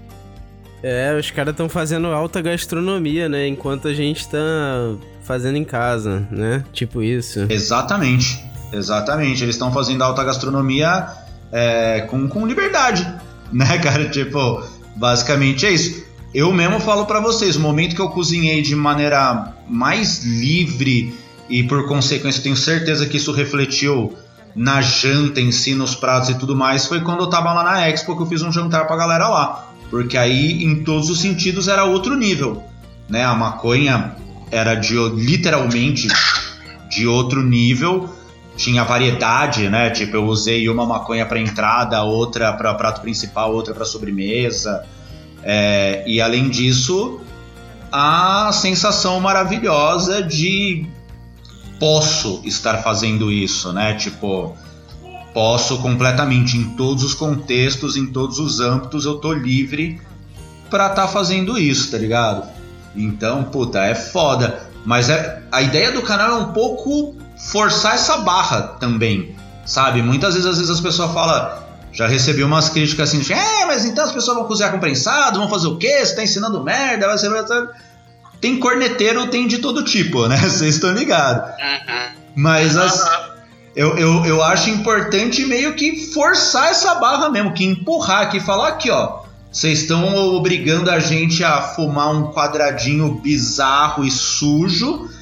É, os caras estão fazendo alta gastronomia, né? Enquanto a gente tá fazendo em casa, né? Tipo isso. Exatamente, exatamente. Eles estão fazendo alta gastronomia é, com, com liberdade, né, cara? Tipo, basicamente é isso. Eu mesmo falo pra vocês, o momento que eu cozinhei de maneira mais livre e por consequência tenho certeza que isso refletiu na janta em si, nos pratos e tudo mais, foi quando eu tava lá na Expo, que eu fiz um jantar pra galera lá. Porque aí, em todos os sentidos, era outro nível, né? A maconha era de, literalmente de outro nível. Tinha variedade, né? Tipo, eu usei uma maconha para entrada, outra para prato principal, outra para sobremesa. É, e, além disso, a sensação maravilhosa de posso estar fazendo isso, né? Tipo... Posso completamente, em todos os contextos, em todos os âmbitos, eu tô livre pra tá fazendo isso, tá ligado? Então, puta, é foda. Mas é, a ideia do canal é um pouco forçar essa barra também, sabe? Muitas vezes, às vezes as pessoas falam... Já recebi umas críticas assim, é, mas então as pessoas vão cozinhar com prensado, vão fazer o quê? Você tá ensinando merda, vai ser... Tem corneteiro, tem de todo tipo, né? Vocês estão ligados. Mas as... Eu, eu, eu acho importante meio que forçar essa barra mesmo, que empurrar aqui, falar aqui, ó, vocês estão obrigando a gente a fumar um quadradinho bizarro e sujo,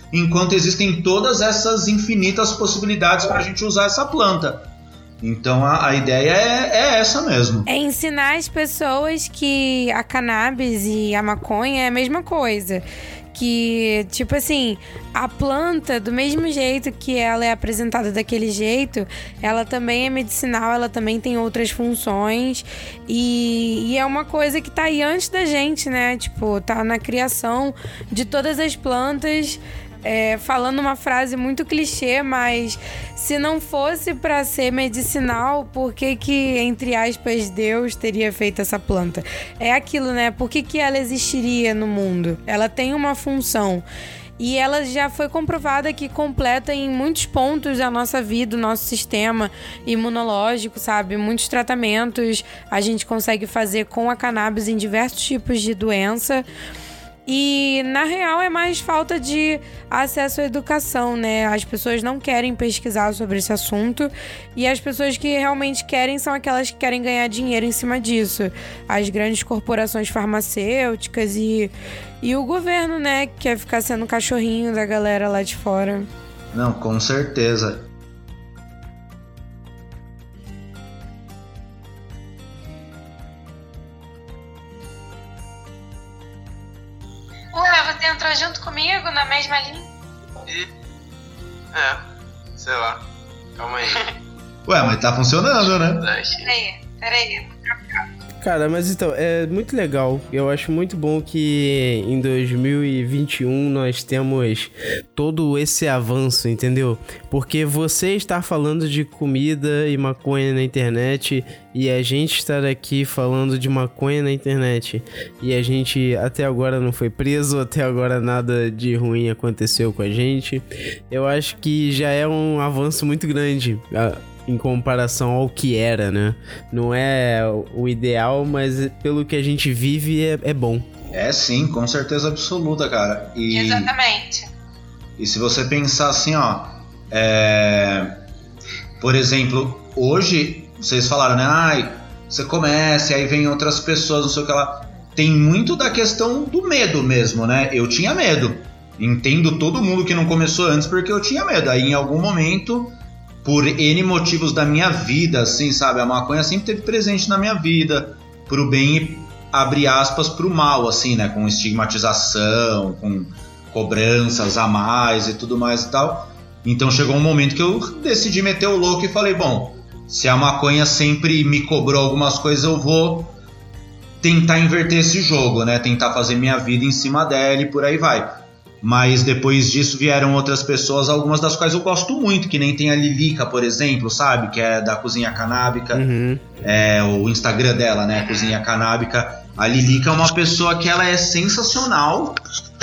enquanto existem todas essas infinitas possibilidades para a gente usar essa planta. Então a, a ideia é, é essa mesmo. É ensinar as pessoas que a cannabis e a maconha é a mesma coisa. Que, tipo assim, a planta, do mesmo jeito que ela é apresentada daquele jeito, ela também é medicinal, ela também tem outras funções. E, e é uma coisa que tá aí antes da gente, né? Tipo, tá na criação de todas as plantas. É, falando uma frase muito clichê, mas se não fosse para ser medicinal, por que que, entre aspas, Deus teria feito essa planta? É aquilo, né? Por que que ela existiria no mundo? Ela tem uma função. E ela já foi comprovada que completa em muitos pontos a nossa vida, o nosso sistema imunológico, sabe? Muitos tratamentos a gente consegue fazer com a cannabis em diversos tipos de doença. E, na real, é mais falta de acesso à educação, né? As pessoas não querem pesquisar sobre esse assunto e as pessoas que realmente querem são aquelas que querem ganhar dinheiro em cima disso. As grandes corporações farmacêuticas e, e o governo, né? Que quer ficar sendo cachorrinho da galera lá de fora. Não, com certeza. Ué, você entrou junto comigo na mesma linha? E... É, sei lá. Calma aí. Ué, mas tá funcionando, né? Peraí, peraí. Cara, mas então, é muito legal. Eu acho muito bom que em dois mil e vinte e um nós temos todo esse avanço, entendeu? Porque você estar falando de comida e maconha na internet e a gente estar aqui falando de maconha na internet e a gente até agora não foi preso, até agora nada de ruim aconteceu com a gente, eu acho que já é um avanço muito grande em comparação ao que era, né? Não é o ideal, mas pelo que a gente vive é, é bom. É sim, com certeza absoluta, cara. E, exatamente. E se você pensar assim, ó, é... por exemplo, hoje vocês falaram, né? Ai, você começa e aí vem outras pessoas, não sei o que lá. Tem muito da questão do medo mesmo, né? Eu tinha medo. Entendo todo mundo que não começou antes porque eu tinha medo. Aí em algum momento, por N motivos da minha vida, assim, sabe? A maconha sempre esteve presente na minha vida, pro bem e, abre aspas, pro mal, assim, né? Com estigmatização, com cobranças a mais e tudo mais e tal. Então chegou um momento que eu decidi meter o louco e falei, bom, se a maconha sempre me cobrou algumas coisas, eu vou tentar inverter esse jogo, né? Tentar fazer minha vida em cima dela e por aí vai. Mas depois disso vieram outras pessoas, algumas das quais eu gosto muito, que nem tem a Lilica, por exemplo, sabe? Que é da Cozinha Canábica, uhum. É o Instagram dela, né? Cozinha Canábica. A Lilica é uma pessoa que ela é sensacional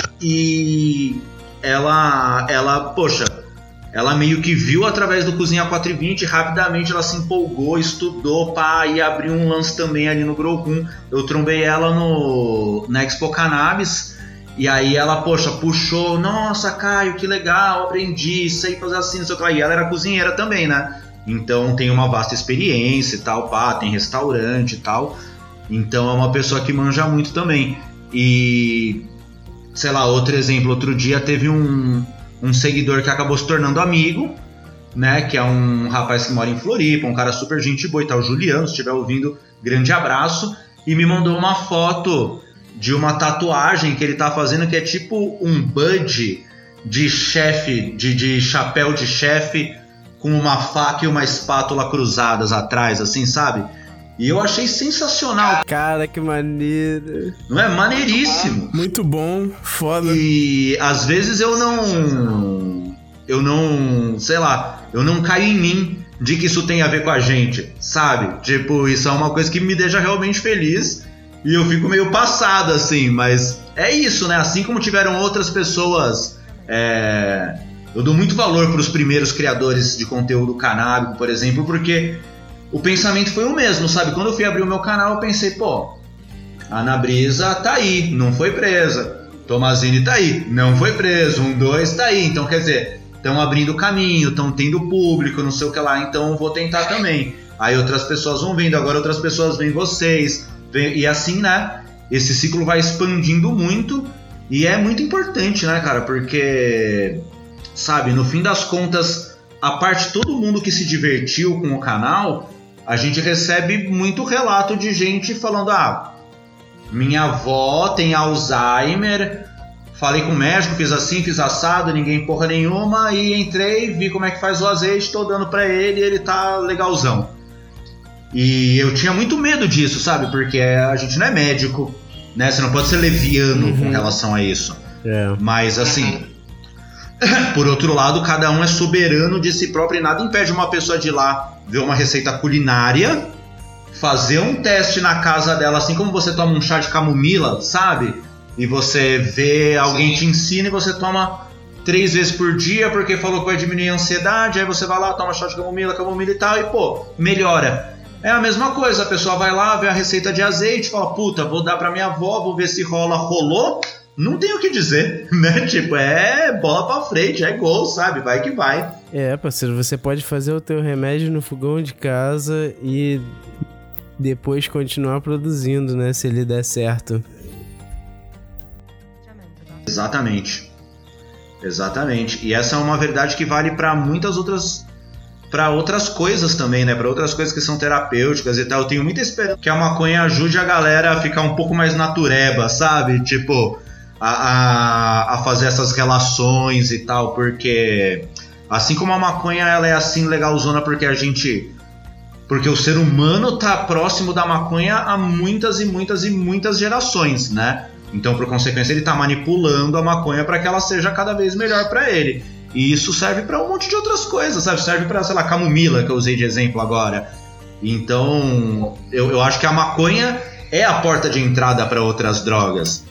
e ela, ela, poxa, ela meio que viu através do Cozinha quatro e vinte, rapidamente ela se empolgou, estudou, pá, e abriu um lance também ali no Grow Room. Eu trombei ela no, na Expo Cannabis. E aí ela, poxa, puxou, nossa, Caio, que legal, aprendi, sei fazer assim, não sei o que lá. E ela era cozinheira também, né? Então tem uma vasta experiência e tal, pá, tem restaurante e tal. Então é uma pessoa que manja muito também. E, sei lá, outro exemplo, outro dia teve um, um seguidor que acabou se tornando amigo, né? Que é um rapaz que mora em Floripa, um cara super gente boa e tal, o Juliano, se estiver ouvindo, grande abraço. E me mandou uma foto de uma tatuagem que ele tá fazendo que é tipo um bud de chefe, de, de chapéu de chefe com uma faca e uma espátula cruzadas atrás, assim, sabe? E eu achei sensacional. Cara, que maneiro. Não é? Maneiríssimo. Muito bom, foda. E às vezes eu não... Eu não... Sei lá, eu não caio em mim de que isso tem a ver com a gente, sabe? Tipo, isso é uma coisa que me deixa realmente feliz. E eu fico meio passado, assim, mas é isso, né? Assim como tiveram outras pessoas... É... Eu dou muito valor para os primeiros criadores de conteúdo canábico, por exemplo, porque o pensamento foi o mesmo, sabe? Quando eu fui abrir o meu canal, eu pensei, pô, a Ana Brisa tá aí, não foi presa. Tomazini tá aí, não foi preso. Um, dois tá aí. Então, quer dizer, estão abrindo caminho, estão tendo público, não sei o que lá, então eu vou tentar também. Aí outras pessoas vão vindo, agora outras pessoas vêm vocês... E assim, né, esse ciclo vai expandindo muito E é muito importante, né, cara? Porque, sabe, no fim das contas, a parte de todo mundo que se divertiu com o canal, a gente recebe muito relato de gente falando, ah, minha avó tem Alzheimer, falei com o médico, fiz assim, fiz assado, ninguém porra nenhuma, e entrei, vi como é que faz o azeite, tô dando pra ele e ele tá legalzão. E eu tinha muito medo disso, sabe? Porque a gente não é médico, né? Você não pode ser leviano uhum. com relação a isso. É. Mas assim, por outro lado, cada um é soberano de si próprio e nada impede uma pessoa de ir lá ver uma receita culinária, fazer um teste na casa dela, assim como você toma um chá de camomila, sabe? E você vê alguém Sim. te ensina e você toma três vezes por dia porque falou que vai diminuir a ansiedade, aí você vai lá, toma chá de camomila, camomila e tal, e pô, melhora. É a mesma coisa, a pessoa vai lá, vê a receita de azeite, fala, puta, vou dar pra minha avó, vou ver se rola, rolou. Não tem o que dizer, né? Tipo, é bola pra frente, é gol, sabe? Vai que vai. É, parceiro, você pode fazer o teu remédio no fogão de casa e depois continuar produzindo, né? Se ele der certo. Exatamente. Exatamente. E essa é uma verdade que vale pra muitas outras... para outras coisas também, né? Para outras coisas que são terapêuticas e tal. Eu tenho muita esperança que a maconha ajude a galera a ficar um pouco mais natureba, sabe? Tipo, a, a, a fazer essas relações e tal, porque assim como a maconha, ela é assim legalzona porque a gente... Porque o ser humano tá próximo da maconha há muitas e muitas e muitas gerações, né? Então, por consequência, ele tá manipulando a maconha para que ela seja cada vez melhor para ele. E isso serve para um monte de outras coisas, sabe? Serve para, sei lá, camomila, que eu usei de exemplo agora. Então, eu, eu acho que a maconha é a porta de entrada para outras drogas.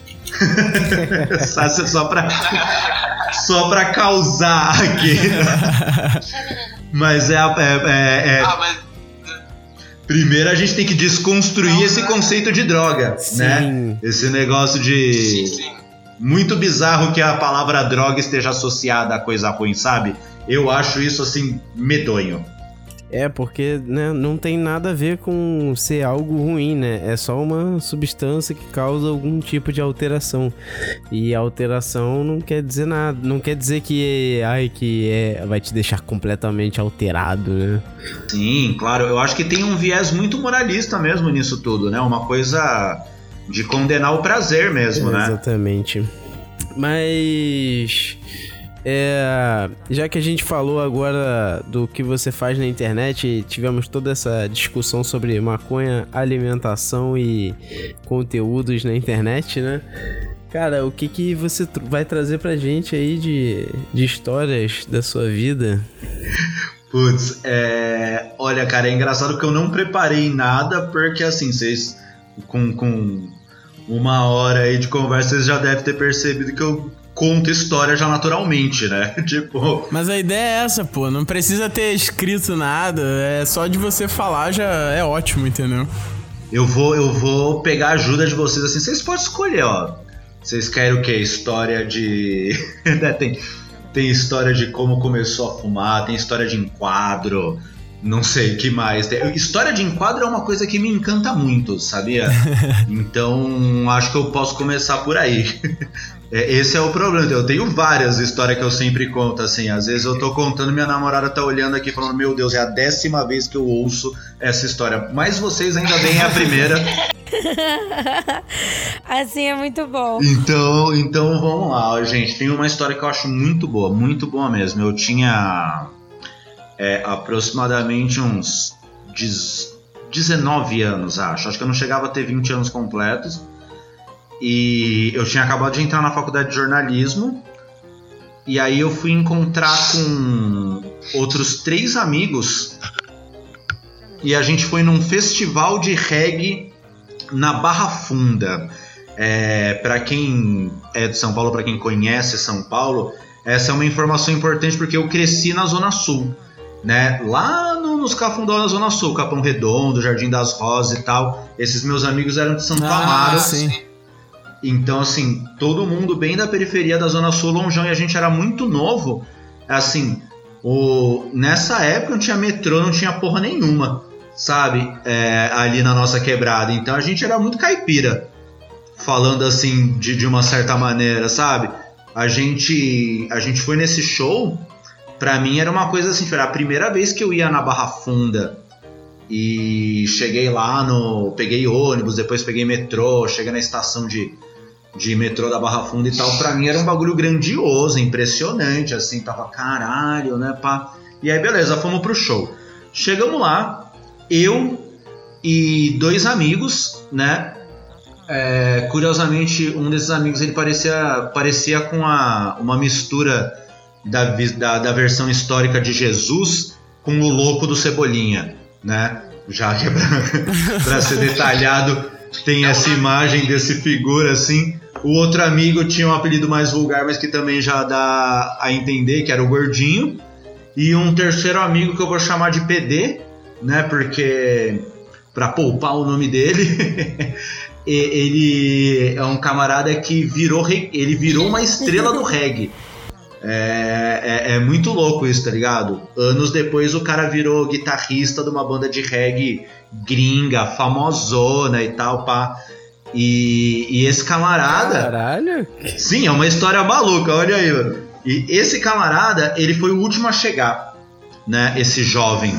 só para só para causar aqui. Mas é, é, é, é... Ah, mas... Primeiro a gente tem que desconstruir Não, esse né? conceito de droga, sim. né? Esse negócio de... Sim, sim. Muito bizarro que a palavra droga esteja associada a coisa ruim, sabe? Eu acho isso, assim, medonho. É, porque né, não tem nada a ver com ser algo ruim, né? É só uma substância que causa algum tipo de alteração. E a alteração não quer dizer nada. Não quer dizer que, ai, que é, vai te deixar completamente alterado, né? Sim, claro. Eu acho que tem um viés muito moralista mesmo nisso tudo, né? Uma coisa... de condenar o prazer mesmo, é, né? Exatamente. Mas... É, já que a gente falou agora do que você faz na internet e tivemos toda essa discussão sobre maconha, alimentação e conteúdos na internet, né? Cara, o que, que você tr- vai trazer pra gente aí de, de histórias da sua vida? Putz, é... olha, cara, é engraçado que eu não preparei nada, porque assim, vocês com, com uma hora aí de conversa, vocês já devem ter percebido que eu conto história já naturalmente, né? Tipo... Mas a ideia é essa, pô. Não precisa ter escrito nada. É só de você falar já é ótimo, entendeu? Eu vou, eu vou pegar a ajuda de vocês assim. Vocês podem escolher, ó. Vocês querem o quê? História de... tem, tem história de como começou a fumar. Tem história de enquadro. Não sei, o que mais? História de enquadro é uma coisa que me encanta muito, sabia? Então, acho que eu posso começar por aí. Esse é o problema. Eu tenho várias histórias que eu sempre conto, assim. Às vezes eu tô contando, minha namorada tá olhando aqui falando, meu Deus, é a décima vez que eu ouço essa história. Mas vocês ainda bem é a primeira. Assim é muito bom. Então, então vamos lá, gente. Tem uma história que eu acho muito boa, muito boa mesmo. Eu tinha... É, aproximadamente uns dezenove anos, acho. Acho que eu não chegava a ter vinte anos completos. E eu tinha acabado de entrar na faculdade de jornalismo. E aí eu fui encontrar com outros três amigos. E a gente foi num festival de reggae na Barra Funda. É, para quem é de São Paulo, para quem conhece São Paulo, essa é uma informação importante porque eu cresci na Zona Sul. Né? Lá no, nos Cafundó na Zona Sul, Capão Redondo, Jardim das Rosas e tal. Esses meus amigos eram de Santo ah, Amaro. Sim. Então, assim, todo mundo bem da periferia da Zona Sul, longeão, e a gente era muito novo. Assim, o... nessa época não tinha metrô, não tinha porra nenhuma, sabe? É, ali na nossa quebrada. Então a gente era muito caipira. falando assim de, de uma certa maneira, sabe? A gente, a gente foi nesse show, pra mim era uma coisa assim, foi a primeira vez que eu ia na Barra Funda e cheguei lá no... peguei ônibus, depois peguei metrô, cheguei na estação de, de metrô da Barra Funda e tal, pra mim era um bagulho grandioso, impressionante, assim, tava caralho, né, pá. E aí beleza, fomos pro show. Chegamos lá, eu e dois amigos, né? É, curiosamente, um desses amigos ele parecia, parecia com a, uma mistura da, da, da versão histórica de Jesus com o louco do Cebolinha, né? Já que é pra, pra ser detalhado, tem essa imagem desse figura assim. O outro amigo tinha um apelido mais vulgar, mas que também já dá a entender, que era o Gordinho. E um terceiro amigo que eu vou chamar de P D, né? Porque pra poupar o nome dele. Ele é um camarada que virou, ele virou uma estrela do reggae. É, é, é muito louco isso, tá ligado? Anos depois o cara virou guitarrista de uma banda de reggae gringa, famosona e tal, pá. E, e esse camarada... Caralho! Sim, é uma história maluca, olha aí, mano. E esse camarada, ele foi o último a chegar, né? Esse jovem.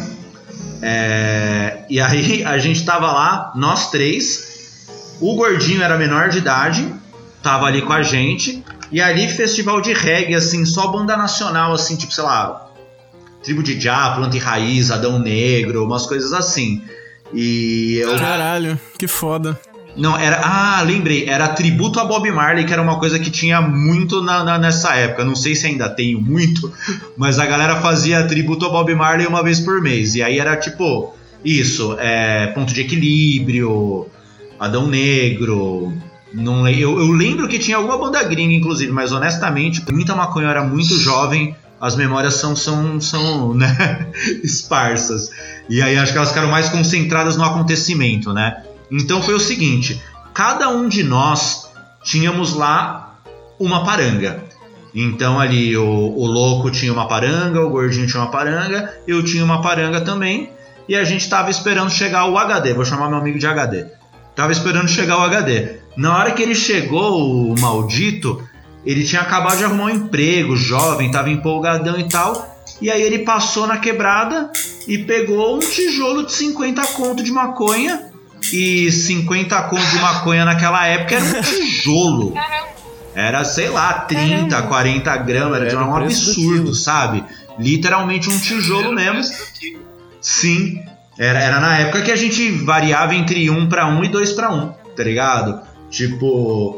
É, e aí a gente tava lá, nós três... O Gordinho era menor de idade, tava ali com a gente, e ali festival de reggae, assim, só banda nacional, assim, tipo, sei lá, Tribo de Já, Planta e Raiz, Adão Negro, umas coisas assim. E eu... Caralho, que foda. Não, era... Ah, lembrei, era tributo a Bob Marley, que era uma coisa que tinha muito na, na, nessa época, não sei se ainda tenho muito, mas a galera fazia tributo a Bob Marley uma vez por mês, e aí era tipo, isso, é, Ponto de Equilíbrio... Adão Negro, não, eu, eu lembro que tinha alguma banda gringa, inclusive, mas honestamente, muita maconha, eu era muito jovem, as memórias são, são, são né, esparsas. E aí acho que elas ficaram mais concentradas no acontecimento, né? Então foi o seguinte, cada um de nós tínhamos lá uma paranga. Então ali o, o louco tinha uma paranga, o gordinho tinha uma paranga, eu tinha uma paranga também, e a gente tava esperando chegar o H D, vou chamar meu amigo de H D. Tava esperando chegar o H D. Na hora que ele chegou, o maldito, ele tinha acabado de arrumar um emprego, jovem, tava empolgadão e tal. E aí ele passou na quebrada e pegou um tijolo de cinquenta conto de maconha. E cinquenta conto de maconha naquela época era um tijolo. Era, sei lá, trinta, quarenta gramas, era, era um absurdo, sabe? Literalmente um tijolo mesmo. Sim. Era, era na época que a gente variava entre um pra um e dois pra um, tá ligado? Tipo...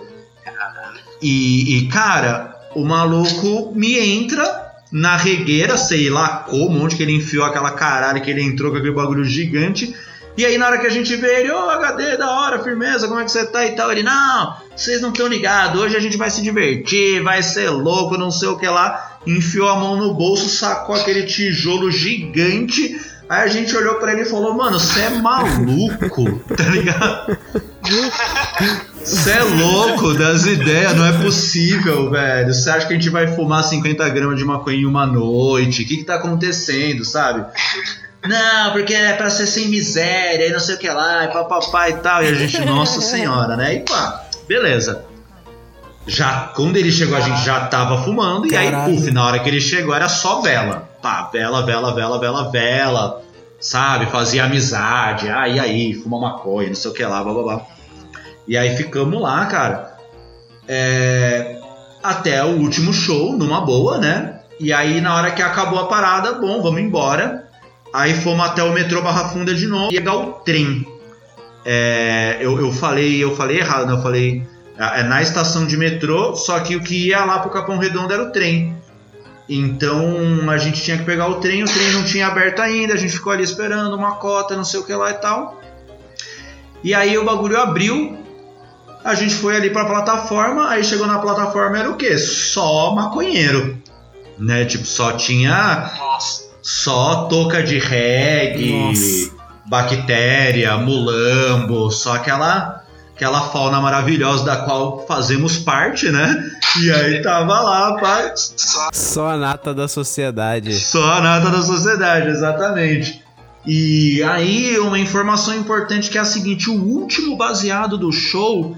E, e, cara, o maluco me entra na regueira, sei lá como, onde que ele enfiou aquela caralho que ele entrou com aquele bagulho gigante. E aí na hora que a gente vê ele, ô oh, H D, da hora, firmeza, como é que você tá e tal? Ele, não, vocês não estão ligados, hoje a gente vai se divertir, vai ser louco, não sei o que lá. Enfiou a mão no bolso, sacou aquele tijolo gigante... Aí a gente olhou pra ele e falou, mano, você é maluco, tá ligado? Você é louco das ideias, não é possível, velho. Você acha que a gente vai fumar cinquenta gramas de maconha em uma noite? O que que tá acontecendo, sabe? Não, porque é pra ser sem miséria e não sei o que lá, e papapá e tal. E a gente, nossa senhora, né? E pá, beleza. Já, quando ele chegou, a gente já tava fumando. Caralho. E aí, puf, na hora que ele chegou, era só vela. Pá, vela, vela, vela, vela, vela. Sabe? Fazia amizade. Ah, e aí? Fuma maconha, não sei o que lá, blá, blá, blá. E aí ficamos lá, cara. É... Até o último show, numa boa, né? E aí, na hora que acabou a parada, bom, vamos embora. Aí fomos até o metrô Barra Funda de novo. E pegar o trem. É... Eu, eu falei, eu falei errado, né? Eu falei... É na estação de metrô, só que o que ia lá pro Capão Redondo era o trem. Então a gente tinha que pegar o trem, o trem não tinha aberto ainda, a gente ficou ali esperando uma cota, não sei o que lá e tal. E aí o bagulho abriu, a gente foi ali pra plataforma, aí chegou na plataforma, era o quê? Só maconheiro, né? Tipo, só tinha... Só touca de reggae, nossa, bactéria, mulambo, só aquela... Aquela fauna maravilhosa da qual fazemos parte, né? E aí tava lá, pá. Só a nata da sociedade. Só a nata da sociedade, exatamente. E aí uma informação importante que é a seguinte: o último baseado do show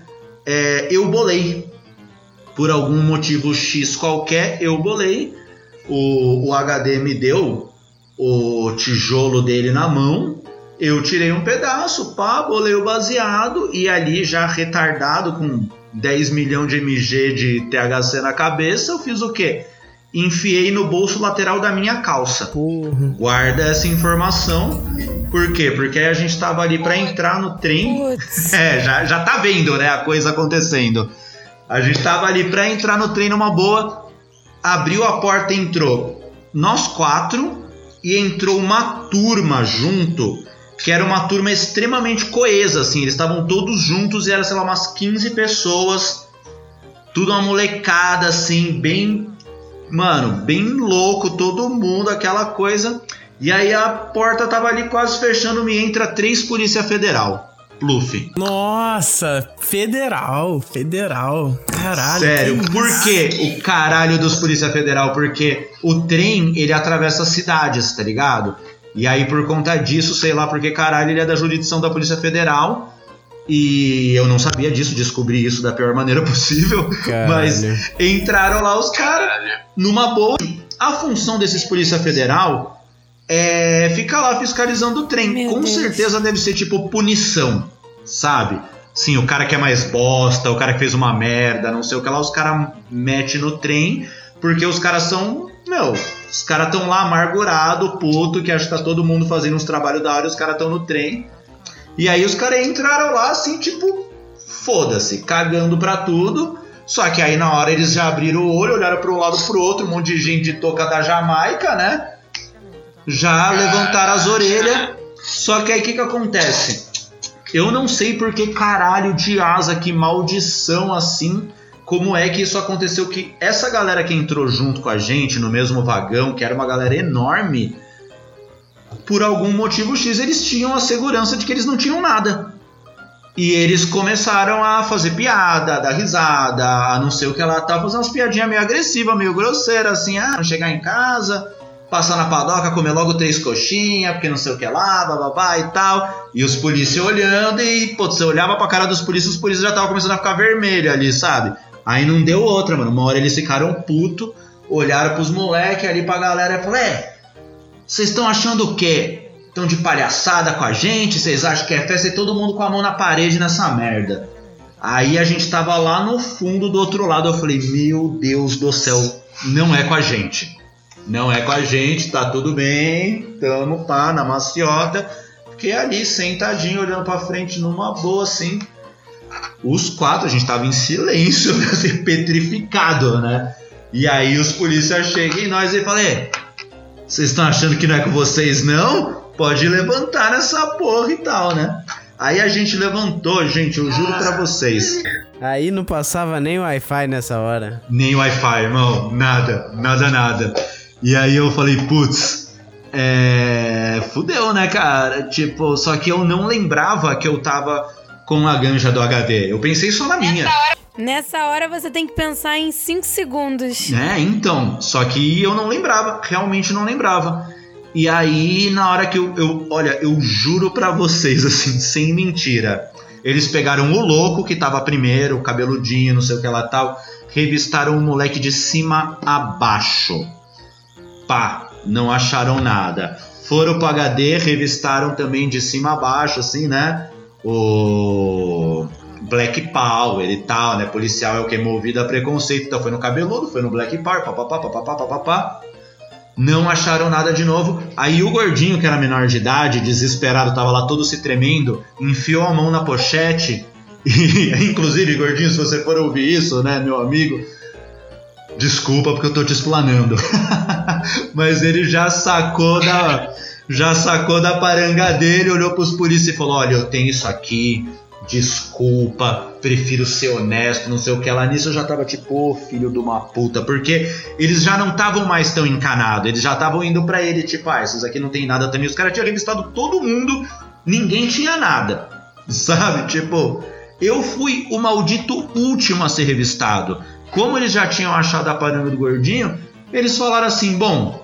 é, eu bolei. Por algum motivo X qualquer, eu bolei. O, o H D me deu o tijolo dele na mão. Eu tirei um pedaço, pá, bolei o baseado. E ali já retardado, com dez milhões de M G de T H C na cabeça, eu fiz o quê? Enfiei no bolso lateral da minha calça. Porra. Guarda essa informação. Por quê? Porque a gente tava ali pra entrar no trem. Putz. É, já, já tá vendo, né, a coisa acontecendo. A gente tava ali pra entrar no trem numa boa. Abriu a porta e entrou nós quatro. E entrou uma turma junto, que era uma turma extremamente coesa, assim. Eles estavam todos juntos e era, sei lá, umas quinze pessoas. Tudo uma molecada, assim, bem... Mano, bem louco, todo mundo, aquela coisa. E aí a porta tava ali quase fechando, me entra três Polícia Federal. Pluf. Nossa, federal, federal. Caralho. Sério, que por isso? que o caralho dos Polícia Federal? Porque o trem, ele atravessa cidades, tá ligado? E aí por conta disso, sei lá porque caralho, ele é da jurisdição da Polícia Federal. E eu não sabia disso, descobri isso da pior maneira possível. Caralho. Mas entraram lá os caras numa boa. A função desses Polícia Federal é ficar lá fiscalizando o trem. Meu Com Deus. certeza deve ser tipo punição, sabe? Sim, o cara que é mais bosta, o cara que fez uma merda, não sei o que lá, os caras metem no trem, porque os caras são, meu, os caras estão lá amargurado, puto, que acha que tá todo mundo fazendo uns trabalhos da hora e os caras estão no trem. E aí os caras entraram lá assim, tipo, foda-se, cagando pra tudo. Só que aí na hora eles já abriram o olho, olharam pra um lado pro outro, um monte de gente de touca da Jamaica, né? Já levantaram as orelhas. Só que aí o que que acontece? Eu não sei por que caralho de asa, que maldição assim, como é que isso aconteceu, que essa galera que entrou junto com a gente no mesmo vagão, que era uma galera enorme, por algum motivo X, eles tinham a segurança de que eles não tinham nada. E eles começaram a fazer piada, a dar risada, a não sei o que lá, tava fazendo umas piadinhas meio agressivas, meio grosseiras, assim, ah, chegar em casa, passar na padoca, comer logo três coxinhas, porque não sei o que lá, bababá e tal. E os polícias olhando e, pô, você olhava pra cara dos polícias, os polícias já estavam começando a ficar vermelho ali, sabe? Aí não deu outra, mano. Uma hora eles ficaram puto, olharam pros moleques ali, pra galera e falaram, é... Vocês estão achando o quê? Estão de palhaçada com a gente? Vocês acham que é festa? E todo mundo com a mão na parede nessa merda. Aí a gente tava lá no fundo do outro lado. Eu falei, meu Deus do céu, não é com a gente. Não é com a gente, tá tudo bem. Tamo pá, na maciota. Fiquei ali sentadinho, olhando pra frente numa boa assim. Os quatro, a gente tava em silêncio, assim, petrificado, né? E aí os policiais chegam em nós e falam, é... Vocês estão achando que não é com vocês, não? Pode levantar nessa porra e tal, né? Aí a gente levantou, gente, eu juro pra vocês. Aí não passava nem Wi-Fi nessa hora. Nem Wi-Fi, irmão. Nada, nada, nada. E aí eu falei, putz, é... fudeu, né, cara? Tipo, só que eu não lembrava que eu tava com a ganja do H D. Eu pensei só na minha. Nessa hora você tem que pensar em cinco segundos. É, então, só que eu não lembrava, realmente não lembrava. E aí, na hora que eu, eu olha, eu juro pra vocês, assim, sem mentira, eles pegaram o louco que tava primeiro, o cabeludinho, não sei o que lá tal, revistaram o moleque de cima a baixo. Pá, não acharam nada. Foram pro H D, revistaram também de cima a baixo, assim, né, o... Black Power e tal, né? Policial é o que é movido a preconceito. Então foi no cabeludo, foi no Black Power, papapá, papapá, papapá. Não acharam nada de novo. Aí o gordinho, que era menor de idade, desesperado, tava lá todo se tremendo, enfiou a mão na pochete. E, inclusive, gordinho, se você for ouvir isso, né, meu amigo, desculpa porque eu tô te explanando. Mas ele já sacou da, já sacou da paranga dele, olhou pros polícias e falou, olha, eu tenho isso aqui... Desculpa, prefiro ser honesto, não sei o que lá. Nisso eu já tava tipo, oh, filho de uma puta. Porque eles já não estavam mais tão encanados. Eles já estavam indo pra ele, tipo, ah, esses aqui não tem nada também. Os caras tinham revistado todo mundo, ninguém tinha nada. Sabe? Tipo, eu fui o maldito último a ser revistado. Como eles já tinham achado a paranga do gordinho, eles falaram assim, bom,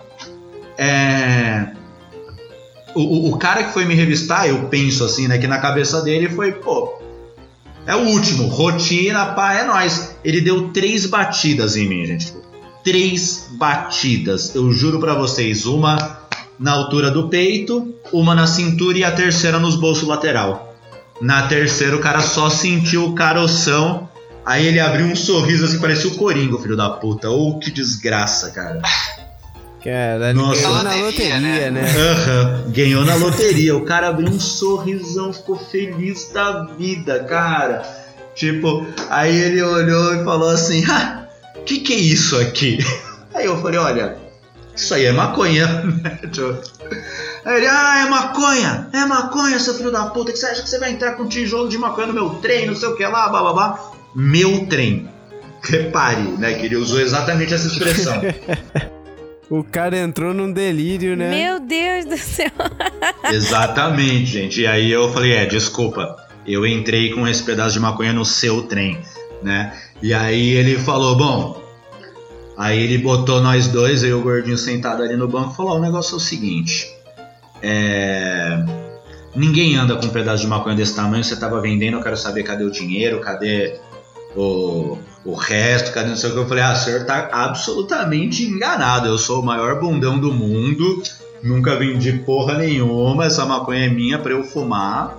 é... O, o, o cara que foi me revistar, eu penso assim, né, que na cabeça dele foi, pô, É o último. Rotina, pá, é nóis. Ele deu três batidas em mim, gente. Três batidas. Eu juro pra vocês. Uma na altura do peito, uma na cintura e a terceira nos bolsos lateral. Na terceira o cara só sentiu o caroção. Aí ele abriu um sorriso assim, parecia o Coringa, filho da puta. Oh, que desgraça, cara. Caralho, Nossa. ganhou na loteria, né? Uhum, ganhou na loteria. O cara abriu um sorrisão, ficou feliz da vida, cara. Tipo, aí ele olhou e falou assim: ah, que que é isso aqui? Aí eu falei: olha, isso aí é maconha. Aí ele: ah, é maconha, é maconha, seu filho da puta. Que você acha que você vai entrar com um tijolo de maconha no meu trem, não sei o que lá, blá blá blá. Meu trem. Repare, né, que ele usou exatamente essa expressão. O cara entrou num delírio, né? Meu Deus do céu. Exatamente, gente. E aí eu falei: é, desculpa, eu entrei com esse pedaço de maconha no seu trem, né? E aí ele falou: bom, aí ele botou nós dois, eu e o gordinho sentado ali no banco, e falou: ó, o negócio é o seguinte, é... ninguém anda com um pedaço de maconha desse tamanho, você tava vendendo, eu quero saber cadê o dinheiro, cadê o... o resto, cadê não sei o que. Eu falei: ah, o senhor tá absolutamente enganado. Eu sou o maior bundão do mundo, nunca vendi porra nenhuma, essa maconha é minha pra eu fumar.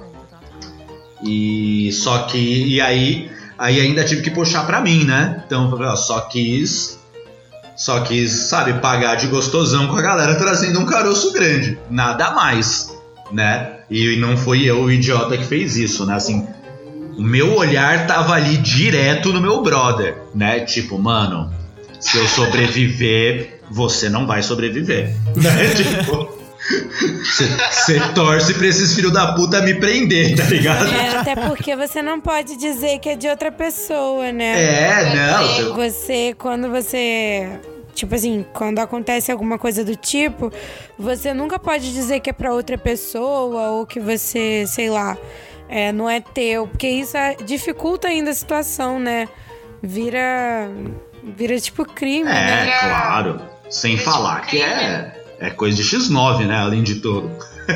E só que, e aí, aí ainda tive que puxar pra mim, né? Então eu falei: ó, só quis, só quis, sabe, pagar de gostosão com a galera trazendo um caroço grande, nada mais, né? E não fui eu o idiota que fez isso, né? Assim, o meu olhar tava ali direto no meu brother, né? Tipo, mano, se eu sobreviver, você não vai sobreviver, né? Tipo, você torce pra esses filhos da puta me prender, tá ligado? É, até porque você não pode dizer que é de outra pessoa, né? É, não. Você, quando você... Tipo assim, quando acontece alguma coisa do tipo, você nunca pode dizer que é pra outra pessoa ou que você, sei lá... É, não é teu, porque isso é, dificulta ainda a situação, né? Vira, vira tipo crime, é, né? É, claro. Sem falar que é, é coisa de xis nove, né? Além de tudo.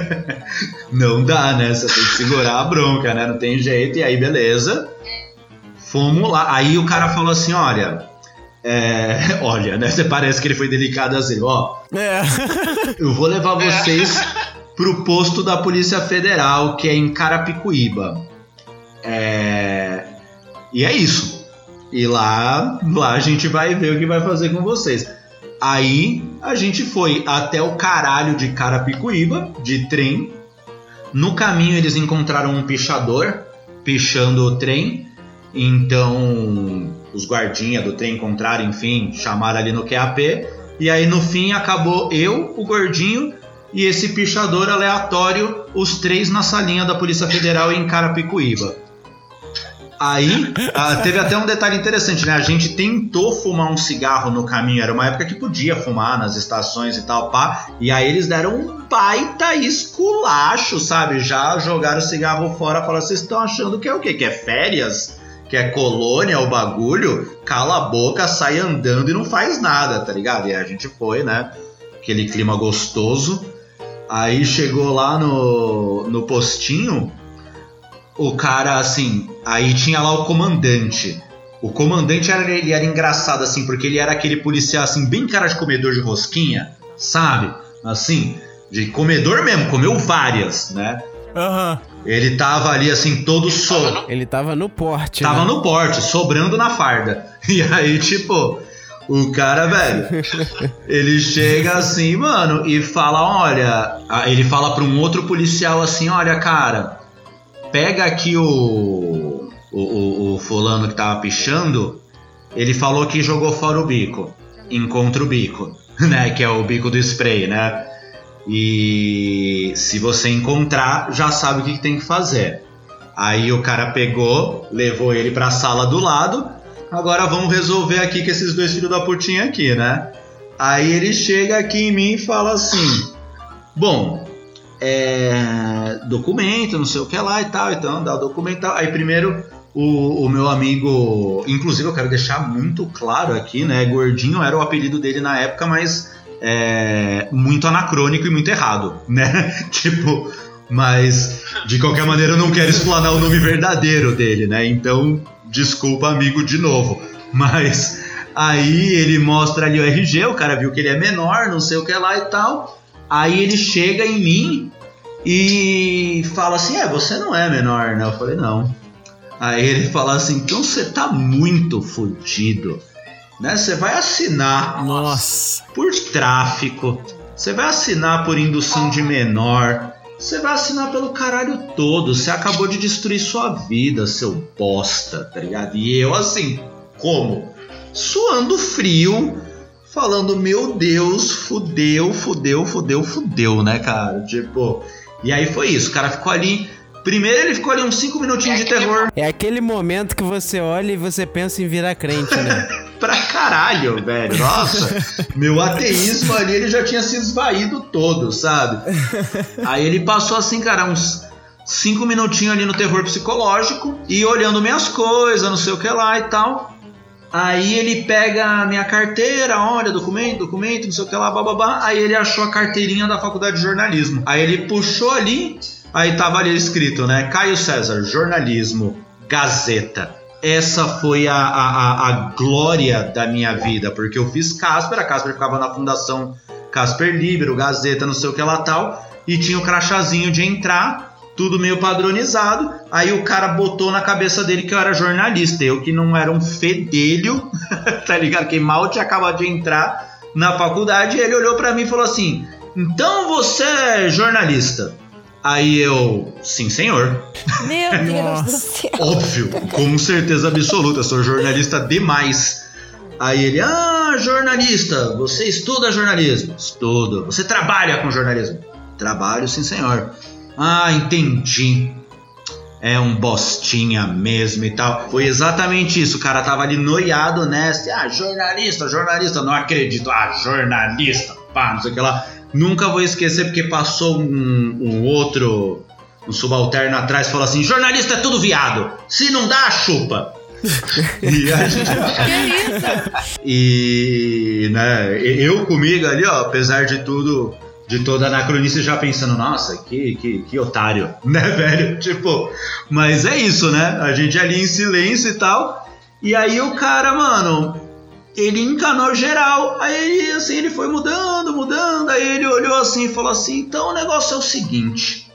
Não dá, né? Você tem que segurar a bronca, né? Não tem jeito. E aí, beleza. Fomos lá. Aí o cara falou assim, olha... É, olha, né? Você parece que ele foi delicado assim, ó. É. Eu vou levar vocês... pro posto da Polícia Federal, que é em Carapicuíba. É... E é isso. E lá, lá a gente vai ver o que vai fazer com vocês. Aí a gente foi até o caralho de Carapicuíba, de trem. No caminho eles encontraram um pichador, pichando o trem. Então os guardinhas do trem encontraram, enfim, chamaram ali no Q A P. E aí no fim acabou eu, o gordinho... e esse pichador aleatório, os três na salinha da Polícia Federal em Carapicuíba. Aí, ah, teve até um detalhe interessante, né? A gente tentou fumar um cigarro no caminho, era uma época que podia fumar nas estações e tal, pá. E aí eles deram um baita esculacho, sabe? Já jogaram o cigarro fora, falaram: vocês estão achando que é o quê? Que é férias? Que é colônia o bagulho? Cala a boca, sai andando e não faz nada, tá ligado? E aí a gente foi, né? Aquele clima gostoso. Aí chegou lá no, no postinho, o cara, assim, aí tinha lá o comandante. O comandante, era, ele era engraçado, assim, porque ele era aquele policial, assim, bem cara de comedor de rosquinha, sabe? Assim, de comedor mesmo, comeu várias, né? Aham. Uhum. Ele tava ali, assim, todo so... Ele tava no porte, Tava né? no porte, sobrando na farda. E aí, tipo... O cara, velho, ele chega assim, mano, e fala, olha... Ele fala pra um outro policial assim, olha, cara, pega aqui o, o, o, o fulano que tava pichando, ele falou que jogou fora o bico, encontra o bico, né, que é o bico do spray, né? E se você encontrar, já sabe o que, que tem que fazer. Aí o cara pegou, levou ele pra sala do lado... Agora vamos resolver aqui com esses dois filhos da putinha aqui, né? Aí ele chega aqui em mim e fala assim... Bom, é... documento, não sei o que lá e tal, então dá o documento. Aí primeiro o, o meu amigo... Inclusive eu quero deixar muito claro aqui, né? Gordinho era o apelido dele na época, mas... É, muito anacrônico e muito errado, né? Tipo... Mas, de qualquer maneira, eu não quero explanar o nome verdadeiro dele, né? Então, desculpa, amigo, de novo. Mas, aí ele mostra ali o R G, o cara viu que ele é menor, não sei o que lá e tal. Aí ele chega em mim e fala assim, é, você não é menor, né? Eu falei, não. Aí ele fala assim, então você tá muito fudido, né? Você vai assinar Nossa. por tráfico, você vai assinar por indução de menor, você vai assinar pelo caralho todo, você acabou de destruir sua vida, seu bosta, tá ligado? E eu assim, como? Suando frio, falando, meu Deus, fudeu, fudeu, fudeu, fudeu, né, cara? Tipo, e aí foi isso, o cara ficou ali, primeiro ele ficou ali uns cinco minutinhos de terror. É aquele momento que você olha e você pensa em virar crente, né? Pra caralho, velho. Nossa, meu ateísmo ali, ele já tinha se esvaído todo, sabe? Aí ele passou assim, cara, uns cinco minutinhos ali no terror psicológico e olhando minhas coisas, não sei o que lá e tal. Aí ele pega a minha carteira, olha, documento, documento, não sei o que lá, bababá. Aí ele achou a carteirinha da faculdade de jornalismo. Aí ele puxou ali, aí tava ali escrito, né? Caio César, jornalismo, Gazeta. Essa foi a, a, a glória da minha vida, porque eu fiz Casper, a Casper ficava na Fundação Casper Libero, Gazeta, não sei o que lá tal, e tinha o crachazinho de entrar, tudo meio padronizado. Aí o cara botou na cabeça dele que eu era jornalista, eu que não era um fedelho, tá ligado? Que mal tinha acabado de entrar na faculdade, e ele olhou pra mim e falou assim, então você é jornalista? Aí eu, sim senhor. Meu Deus do céu. Óbvio, com certeza absoluta, sou jornalista demais. Aí ele, ah, jornalista, você estuda jornalismo? Estudo. Você trabalha com jornalismo? Trabalho, sim senhor. Ah, entendi. É um bostinha mesmo e tal. Foi exatamente isso, o cara tava ali noiado, né? Ah, jornalista, jornalista, não acredito. Ah, jornalista, pá, não sei o que lá. Nunca vou esquecer porque passou um, um outro, um subalterno atrás e falou assim, jornalista é tudo viado, se não dá, chupa. E a gente... Que isso? E, né, eu comigo ali, ó, apesar de tudo, de toda a anacronice, já pensando, nossa, que, que, que otário, né, velho? Tipo, mas é isso, né? A gente ali em silêncio e tal. E aí o cara, mano... ele encanou geral, aí ele, assim, ele foi mudando, mudando, aí ele olhou assim e falou assim, então o negócio é o seguinte,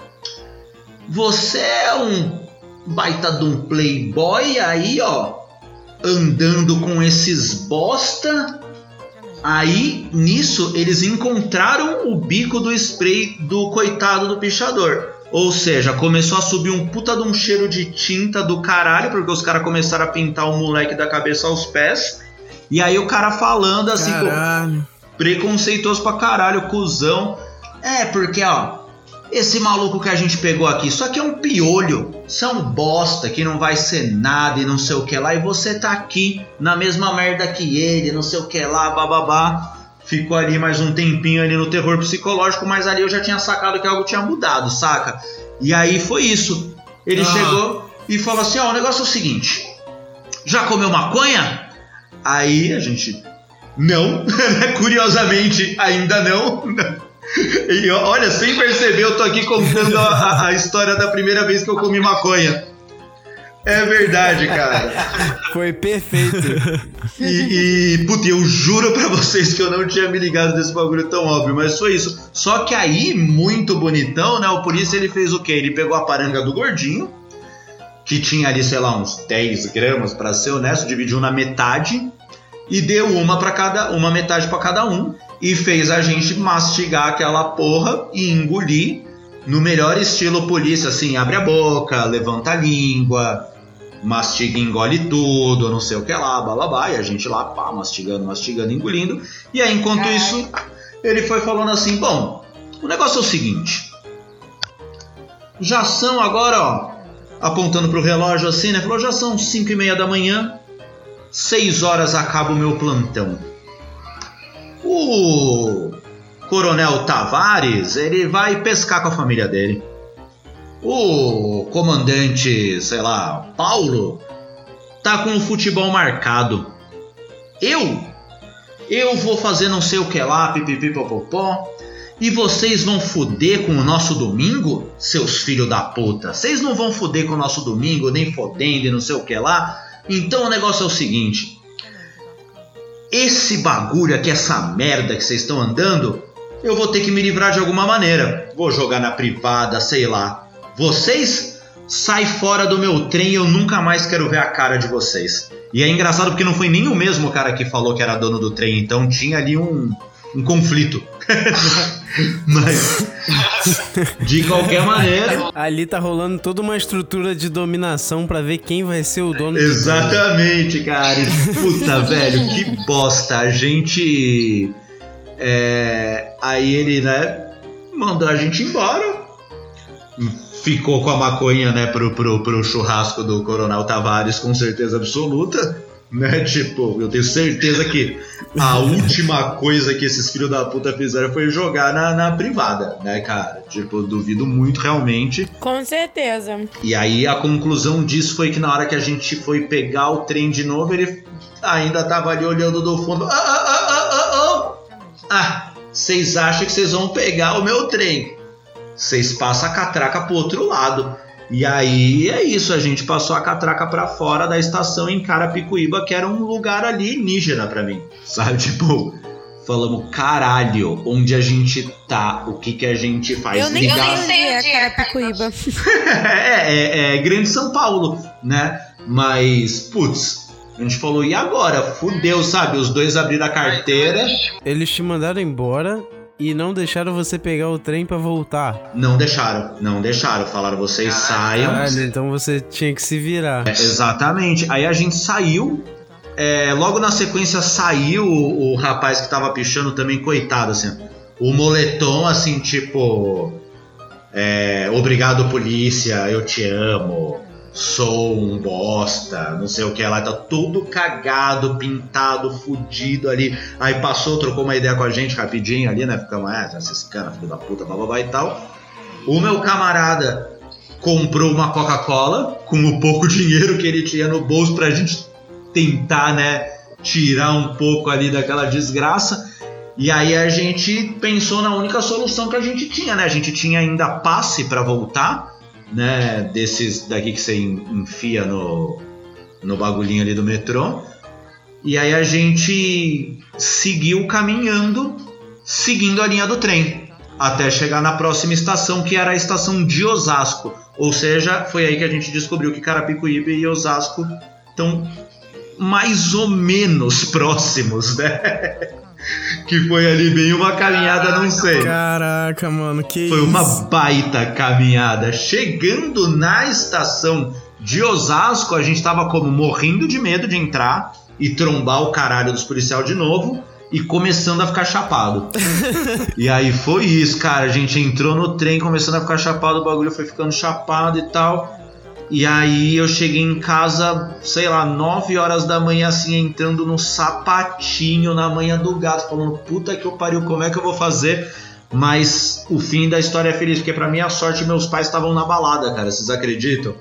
você é um baita de um playboy aí, ó, andando com esses bosta, aí, nisso, eles encontraram o bico do spray do coitado do pichador. Ou seja, começou a subir um puta de um cheiro de tinta do caralho, porque os caras começaram a pintar o moleque da cabeça aos pés. E aí o cara falando assim, Caralho. preconceituoso pra caralho, cuzão. É, porque, ó, esse maluco que a gente pegou aqui, isso aqui é um piolho, isso é um bosta que não vai ser nada e não sei o que lá. E você tá aqui na mesma merda que ele, não sei o que lá, bababá. Ficou ali mais um tempinho ali no terror psicológico, mas ali eu já tinha sacado que algo tinha mudado, saca? E aí foi isso. Ele ah. chegou e falou assim, ó, o negócio é o seguinte, já comeu maconha? Aí a gente, não, curiosamente ainda não. E olha, sem perceber eu tô aqui contando a, a história da primeira vez que eu comi maconha. É verdade, cara. Foi perfeito. E, e puta, eu juro pra vocês que eu não tinha me ligado desse bagulho tão óbvio, mas foi isso. Só que aí, muito bonitão, né, o polícia ele fez o quê? Ele pegou a paranga do gordinho, que tinha ali, sei lá, uns dez gramas, pra ser honesto, dividiu na metade e deu uma para cada, uma metade para cada um e fez a gente mastigar aquela porra e engolir no melhor estilo polícia, assim, abre a boca, levanta a língua, mastiga e engole tudo, não sei o que lá, blá blá blá, e a gente lá, pá, mastigando, mastigando, engolindo. E aí, enquanto Ai. isso, ele foi falando assim, bom, o negócio é o seguinte, já são agora, ó, apontando pro relógio assim, né? Falou, já são cinco e meia da manhã, seis horas acaba o meu plantão. O Coronel Tavares, ele vai pescar com a família dele. O comandante, sei lá, Paulo, tá com o futebol marcado. Eu? Eu vou fazer não sei o que lá, pipipipopopó. E vocês vão fuder com o nosso domingo, seus filhos da puta? Vocês não vão fuder com o nosso domingo, nem fodendo e não sei o que lá? Então o negócio é o seguinte: esse bagulho aqui, essa merda que vocês estão andando, eu vou ter que me livrar de alguma maneira. Vou jogar na privada, sei lá. Vocês saem fora do meu trem, eu nunca mais quero ver a cara de vocês. E é engraçado porque não foi nem o mesmo cara que falou que era dono do trem, então tinha ali um, um conflito. Mas, de qualquer maneira... Ali tá rolando toda uma estrutura de dominação pra ver quem vai ser o dono. Exatamente, do cara. Puta, velho, que bosta. A gente... É, aí ele, né, mandou a gente embora. Ficou com a maconha, né, pro, pro, pro churrasco do Coronel Tavares, com certeza absoluta. Né, tipo, eu tenho certeza que a última coisa que esses filhos da puta fizeram foi jogar na, na privada, né, cara? Tipo, eu duvido muito realmente. Com certeza. E aí a conclusão disso foi que na hora que a gente foi pegar o trem de novo, ele ainda tava ali olhando do fundo. Ah, ah, ah, ah, ah, ah. Ah, vocês acham que vocês vão pegar o meu trem? Vocês passam a catraca pro outro lado. E aí é isso, a gente passou a catraca pra fora da estação em Carapicuíba, que era um lugar alienígena pra mim, sabe? Tipo, falamos, caralho, onde a gente tá, o que que a gente faz? Eu nem Ligar... sei onde é Carapicuíba. é, é, é Grande São Paulo, né? Mas, putz, a gente falou, e agora? Fudeu, sabe? Os dois abriram a carteira. Eles te mandaram embora e não deixaram você pegar o trem pra voltar. Não deixaram, não deixaram. Falaram, vocês saiam. Caralho, então você tinha que se virar. É, exatamente. Aí a gente saiu. É, logo na sequência saiu o, o rapaz que tava pichando também, coitado, assim. O moletom, assim, tipo... É, obrigado, polícia, eu te amo. Sou um bosta, não sei o que lá, tá todo cagado, pintado, fudido ali. Aí passou, trocou uma ideia com a gente rapidinho ali, né? Ficamos, ah, esse cara, filho da puta, blá blá blá e tal. O meu camarada comprou uma Coca-Cola com o pouco dinheiro que ele tinha no bolso pra gente tentar, né, tirar um pouco ali daquela desgraça. E aí a gente pensou na única solução que a gente tinha, né? A gente tinha ainda passe pra voltar, né, desses daqui que você enfia no, no bagulhinho ali do metrô. E aí a gente seguiu caminhando, seguindo a linha do trem, até chegar na próxima estação, que era a estação de Osasco. Ou seja, foi aí que a gente descobriu que Carapicuíba e Osasco estão mais ou menos próximos, né? Que foi ali bem uma caminhada, não sei. Caraca, mano, que Foi isso? uma baita caminhada. Chegando na estação de Osasco, a gente tava como morrendo de medo de entrar e trombar o caralho dos policiais de novo e começando a ficar chapado. E aí foi isso, cara. A gente entrou no trem começando a ficar chapado, o bagulho foi ficando chapado e tal. E aí eu cheguei em casa, sei lá, nove horas da manhã, assim, entrando no sapatinho na manhã do gato, falando, puta que eu pariu, como é que eu vou fazer? Mas o fim da história é feliz, porque pra minha sorte meus pais estavam na balada, cara, vocês acreditam?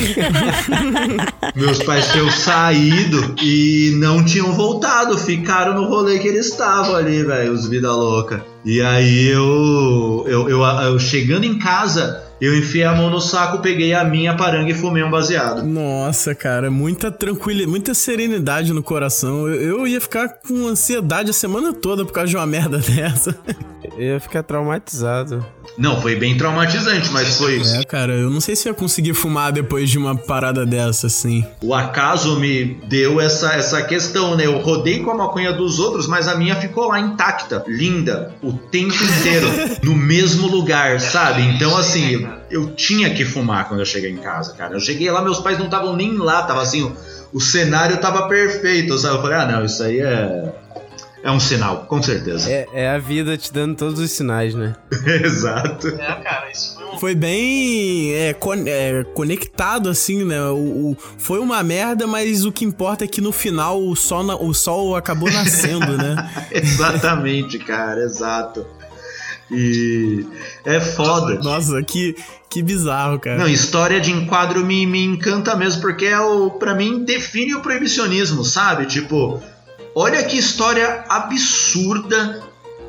Meus pais tinham saído e não tinham voltado, ficaram no rolê que eles estavam ali, velho, os vida louca. E aí eu, eu, eu, eu chegando em casa, eu enfiei a mão no saco, peguei a minha paranga e fumei um baseado. Nossa, cara, muita tranquilidade, muita serenidade no coração. Eu, eu ia ficar com ansiedade a semana toda por causa de uma merda dessa. Eu ia ficar traumatizado. Não, foi bem traumatizante, mas foi... É, cara, eu não sei se eu ia conseguir fumar depois de uma parada dessa, assim. O acaso me deu essa, essa questão, né? Eu rodei com a maconha dos outros, mas a minha ficou lá intacta, linda, o tempo inteiro, no mesmo lugar, sabe? Então, assim, eu tinha que fumar quando eu cheguei em casa, cara. Eu cheguei lá, meus pais não estavam nem lá, tava assim, o, o cenário tava perfeito, sabe? Eu falei, ah, não, isso aí é... É um sinal, com certeza. É, é a vida te dando todos os sinais, né? Exato. É, cara, isso foi um... Foi bem é, con- é, conectado, assim, né? O, o, foi uma merda, mas o que importa é que no final o sol, na, o sol acabou nascendo, né? Exatamente, cara, exato. E é foda. Nossa, que, que bizarro, cara. Não, história de enquadro me, me encanta mesmo, porque é o, pra mim define o proibicionismo, sabe? Tipo, olha que história absurda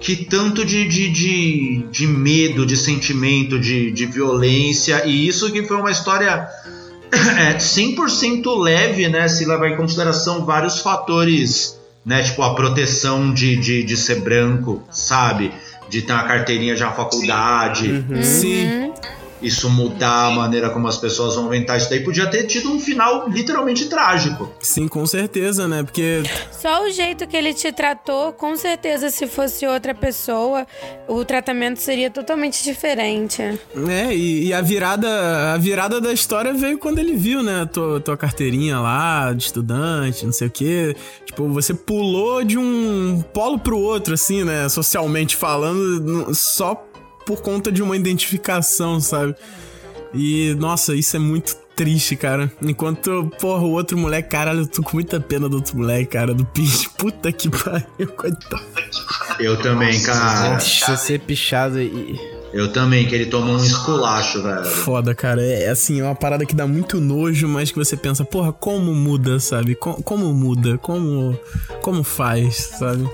que tanto de, de, de, de medo, de sentimento, de, de violência, e isso que foi uma história é, cem por cento leve, né, se levar em consideração vários fatores, né, tipo a proteção de, de, de ser branco, sabe, de ter uma carteirinha de uma faculdade. Uhum. Sim. Isso mudar a maneira como as pessoas vão inventar isso daí, podia ter tido um final literalmente trágico. Sim, com certeza, né? Porque... Só o jeito que ele te tratou, com certeza, se fosse outra pessoa, o tratamento seria totalmente diferente. É, e, e a virada a virada da história veio quando ele viu, né? Tua, tua carteirinha lá, de estudante, não sei o quê. Tipo, você pulou de um polo pro outro, assim, né? Socialmente falando, só por conta de uma identificação, sabe? E, nossa, isso é muito triste, cara. Enquanto, porra, o outro moleque, caralho, eu tô com muita pena do outro moleque, cara, do Pete. Puta que pariu, coitado. Eu também, cara. Nossa, ser pichado e... Eu também, que ele tomou um esculacho, velho. Foda, cara. É assim, é uma parada que dá muito nojo, mas que você pensa, porra, como muda, sabe? Como, como muda? Como, como faz, sabe?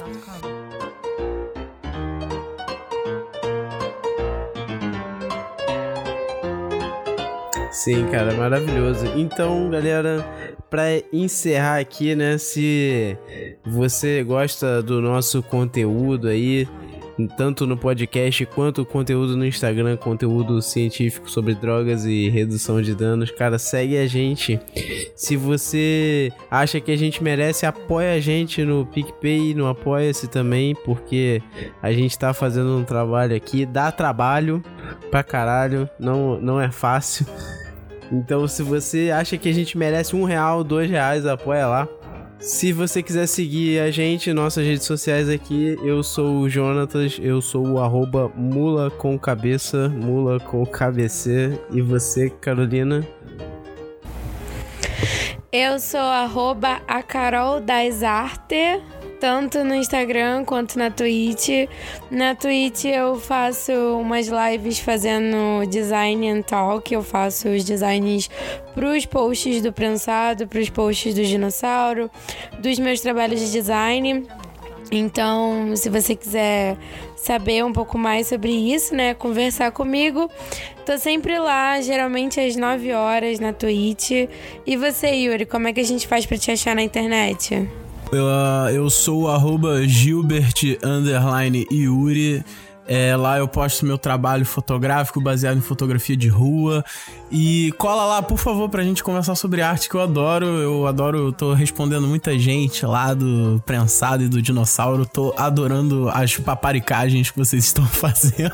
Sim, cara, maravilhoso. Então, galera, pra encerrar aqui, né, se você gosta do nosso conteúdo aí, tanto no podcast quanto conteúdo no Instagram, conteúdo científico sobre drogas e redução de danos, cara, segue a gente. Se você acha que a gente merece, apoia a gente no PicPay, no Apoia-se também, porque a gente tá fazendo um trabalho aqui, dá trabalho pra caralho, não, não é fácil. Então, se você acha que a gente merece um real, dois reais, apoia lá. Se você quiser seguir a gente, nossas redes sociais aqui, eu sou o Jonatas, eu sou o arroba mula com cabeça, mula com K B C. E você, Carolina? Eu sou arroba a Carol das Arte, tanto no Instagram quanto na Twitch. Na Twitch eu faço umas lives fazendo design and talk. Eu faço os designs pros posts do Prensado, pros posts do Dinossauro, dos meus trabalhos de design. Então, se você quiser saber um pouco mais sobre isso, né, conversar comigo, tô sempre lá, geralmente às nove horas na Twitch. E você, Yuri, como é que a gente faz pra te achar na internet? Eu, eu sou o arroba Gilbert underline Yuri. É, lá eu posto meu trabalho fotográfico baseado em fotografia de rua. E cola lá, por favor, pra gente conversar sobre arte, que eu adoro. Eu adoro, eu tô respondendo muita gente lá do Prensado e do Dinossauro. Tô adorando as paparicagens que vocês estão fazendo.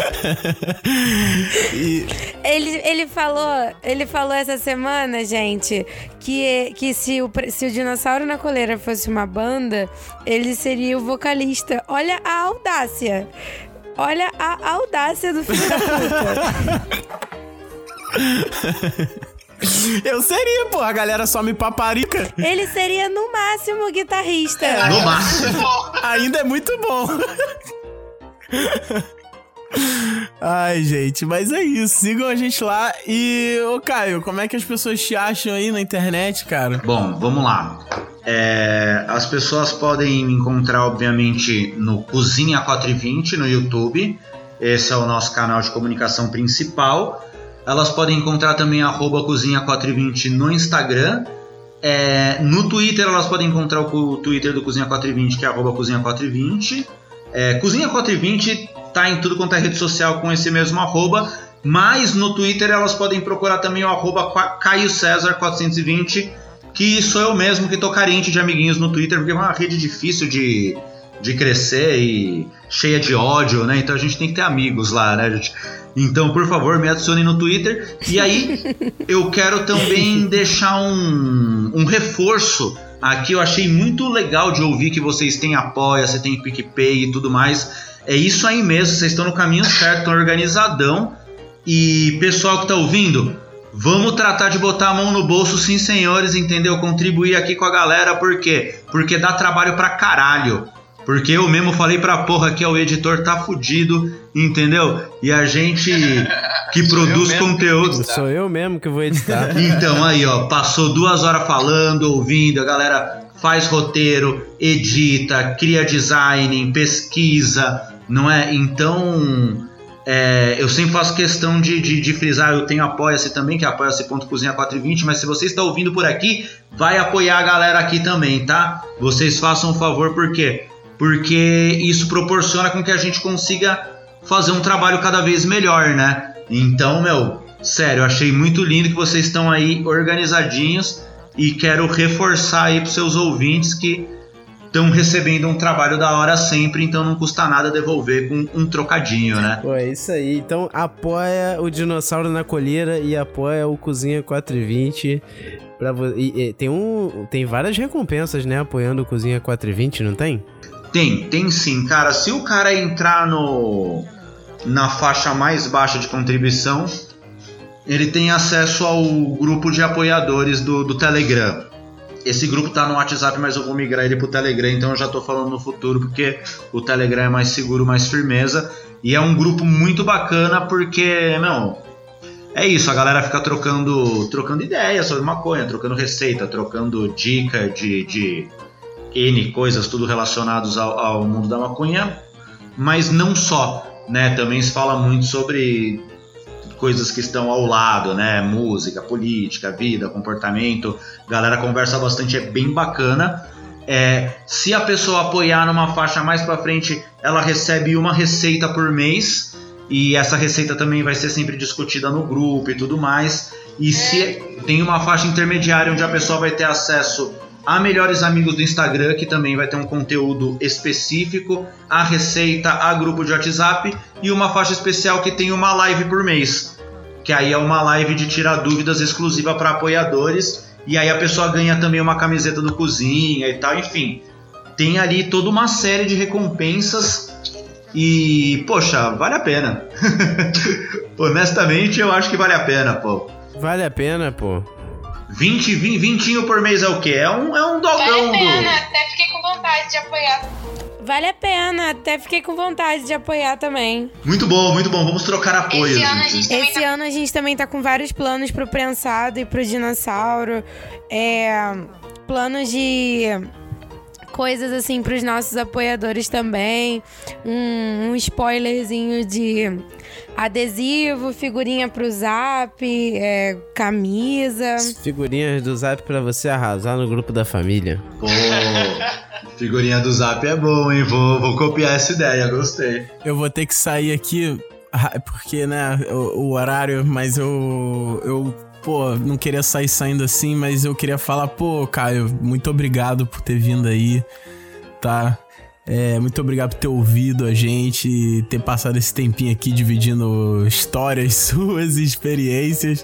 e... ele, ele, falou, ele falou essa semana, gente, que, que se, o, se o Dinossauro na Coleira fosse uma banda, ele seria o vocalista. Olha a audácia. Olha a audácia do filho da puta. Eu seria, pô. A galera só me paparica. Ele seria, no máximo, guitarrista. No máximo. Ainda é muito bom. Ai, gente, mas é isso. Sigam a gente lá. E, ô Caio, como é que as pessoas te acham aí na internet, cara? Bom, vamos lá. É, as pessoas podem me encontrar, obviamente, no Cozinha quatro e vinte no YouTube. Esse é o nosso canal de comunicação principal. Elas podem encontrar também arroba Cozinha quatro e vinte no Instagram. É, no Twitter elas podem encontrar o Twitter do Cozinha quatro e vinte, que é arroba Cozinha quatro e vinte. É, Cozinha quatro e vinte tá em tudo quanto é rede social com esse mesmo arroba. Mas no Twitter elas podem procurar também o arroba Caio César quatrocentos e vinte, que sou eu mesmo que tô carente de amiguinhos no Twitter, porque é uma rede difícil de, de crescer e cheia de ódio, né? Então a gente tem que ter amigos lá, né, gente? Então, por favor, me adicione no Twitter. E aí, eu quero também deixar um, um reforço aqui. Eu achei muito legal de ouvir que vocês têm Apoia, você tem PicPay e tudo mais. É isso aí mesmo, vocês estão no caminho certo, estão organizadão. E pessoal que tá ouvindo, vamos tratar de botar a mão no bolso, sim senhores, entendeu? Contribuir aqui com a galera, por quê? Porque dá trabalho pra caralho. Porque eu mesmo falei pra porra que o editor tá fudido, entendeu? E a gente que produz conteúdo... Sou eu mesmo que vou editar. Então aí, ó, passou duas horas falando, ouvindo, a galera faz roteiro, edita, cria design, pesquisa, não é? Então, é, eu sempre faço questão de, de, de frisar, eu tenho Apoia-se também, que é apoia-se ponto cozinha quatro e vinte, mas se você está ouvindo por aqui, vai apoiar a galera aqui também, tá? Vocês façam um favor, por quê? Porque isso proporciona com que a gente consiga fazer um trabalho cada vez melhor, né? Então, meu, sério, eu achei muito lindo que vocês estão aí organizadinhos e quero reforçar aí pros seus ouvintes que estão recebendo um trabalho da hora sempre, então não custa nada devolver com um trocadinho, né? Pô, é isso aí. Então apoia o Dinossauro na Colheira e apoia o Cozinha quatro e vinte. Pra vo... e, e, tem, um, tem várias recompensas, né? Apoiando o Cozinha quatro e vinte, não tem? Tem, tem sim. Cara, se o cara entrar no na faixa mais baixa de contribuição, ele tem acesso ao grupo de apoiadores do, do Telegram. Esse grupo tá no WhatsApp, mas eu vou migrar ele pro Telegram, então eu já tô falando no futuro, porque o Telegram é mais seguro, mais firmeza. E é um grupo muito bacana, porque, não, é isso, a galera fica trocando, trocando ideias sobre maconha, trocando receita, trocando dica de, de N coisas, tudo relacionados ao, ao mundo da maconha, mas não só, né? Também se fala muito sobre coisas que estão ao lado, né? Música, política, vida, comportamento. A galera conversa bastante, é bem bacana. É, se a pessoa apoiar numa faixa mais pra frente, ela recebe uma receita por mês. E essa receita também vai ser sempre discutida no grupo e tudo mais. E se tem uma faixa intermediária onde a pessoa vai ter acesso a melhores amigos do Instagram, que também vai ter um conteúdo específico, a receita, a grupo de WhatsApp e uma faixa especial que tem uma live por mês, que aí é uma live de tirar dúvidas exclusiva para apoiadores, e aí a pessoa ganha também uma camiseta do Cozinha e tal, enfim, tem ali toda uma série de recompensas e, poxa, vale a pena. Honestamente, eu acho que vale a pena, pô. Vale a pena, pô. vinte, vinte, vintinho por mês é o quê? É um, é um dogão Vale a pena, do... até fiquei com vontade de apoiar. Vale a pena, até fiquei com vontade de apoiar também. Muito bom, muito bom. Vamos trocar apoio. Esse ano a gente também Esse tá... ano a gente também tá com vários planos pro prensado e pro dinossauro. É, planos de coisas assim pros nossos apoiadores também. Um, um spoilerzinho de adesivo, figurinha pro Zap, é, camisa. Figurinhas do Zap pra você arrasar no grupo da família. Pô, figurinha do Zap é bom, hein? Vou, vou copiar essa ideia, gostei. Eu vou ter que sair aqui, porque, né, o, o horário, mas eu... eu pô, não queria sair saindo assim, mas eu queria falar, pô, Caio, muito obrigado por ter vindo aí, tá? É, muito obrigado por ter ouvido a gente, ter passado esse tempinho aqui dividindo histórias suas e experiências.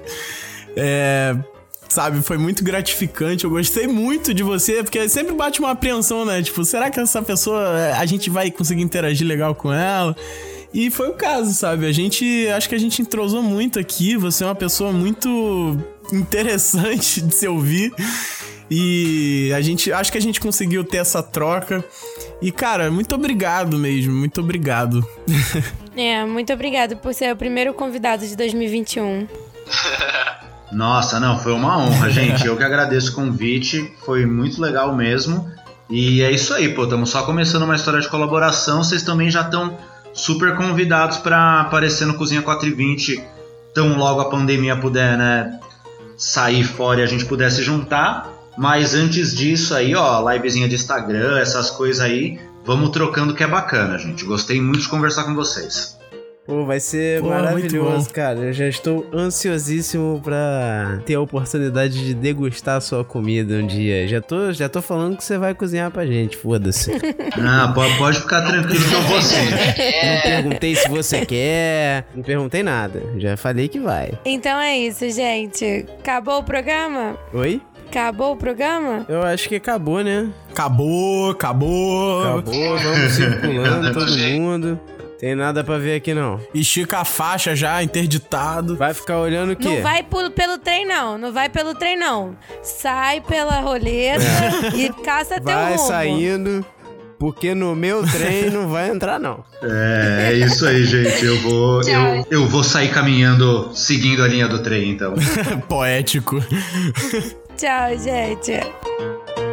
É, sabe, foi muito gratificante, eu gostei muito de você, porque sempre bate uma apreensão, né? Tipo, será que essa pessoa, a gente vai conseguir interagir legal com ela? E foi o caso, sabe? A gente, acho que a gente entrosou muito aqui, você é uma pessoa muito interessante de se ouvir. E a gente, acho que a gente conseguiu ter essa troca. E, cara, muito obrigado mesmo, muito obrigado. É, muito obrigado por ser o primeiro convidado de dois mil e vinte e um. Nossa, não, foi uma honra, gente. Eu que agradeço o convite, foi muito legal mesmo. E é isso aí, pô, estamos só começando uma história de colaboração. Vocês também já estão super convidados para aparecer no Cozinha quatro e vinte, tão logo a pandemia puder, né, sair fora e a gente puder se juntar. Mas antes disso aí, ó, livezinha de Instagram, essas coisas aí, vamos trocando que é bacana, gente. Gostei muito de conversar com vocês. Pô, vai ser Pô, maravilhoso, cara. Eu já estou ansiosíssimo pra ter a oportunidade de degustar a sua comida um dia. Já tô, já tô falando que você vai cozinhar pra gente, foda-se. Ah, pode, pode ficar tranquilo que eu vou sim. Não perguntei se você quer, não perguntei nada. Já falei que vai. Então é isso, gente. Acabou o programa? Oi? Acabou o programa? Eu acho que acabou, né? Acabou, acabou. Acabou, vamos circulando todo mundo. Tem nada pra ver aqui, não. Estica a faixa já, interditado. Vai ficar olhando o quê? Não vai por, pelo trem, não. Não vai pelo trem, não. Sai pela roleta e caça teu rumo. Vai saindo, porque no meu trem não vai entrar, não. É, é isso aí, gente. Eu vou, eu, eu vou sair caminhando, seguindo a linha do trem, então. Poético. Tchau, gente.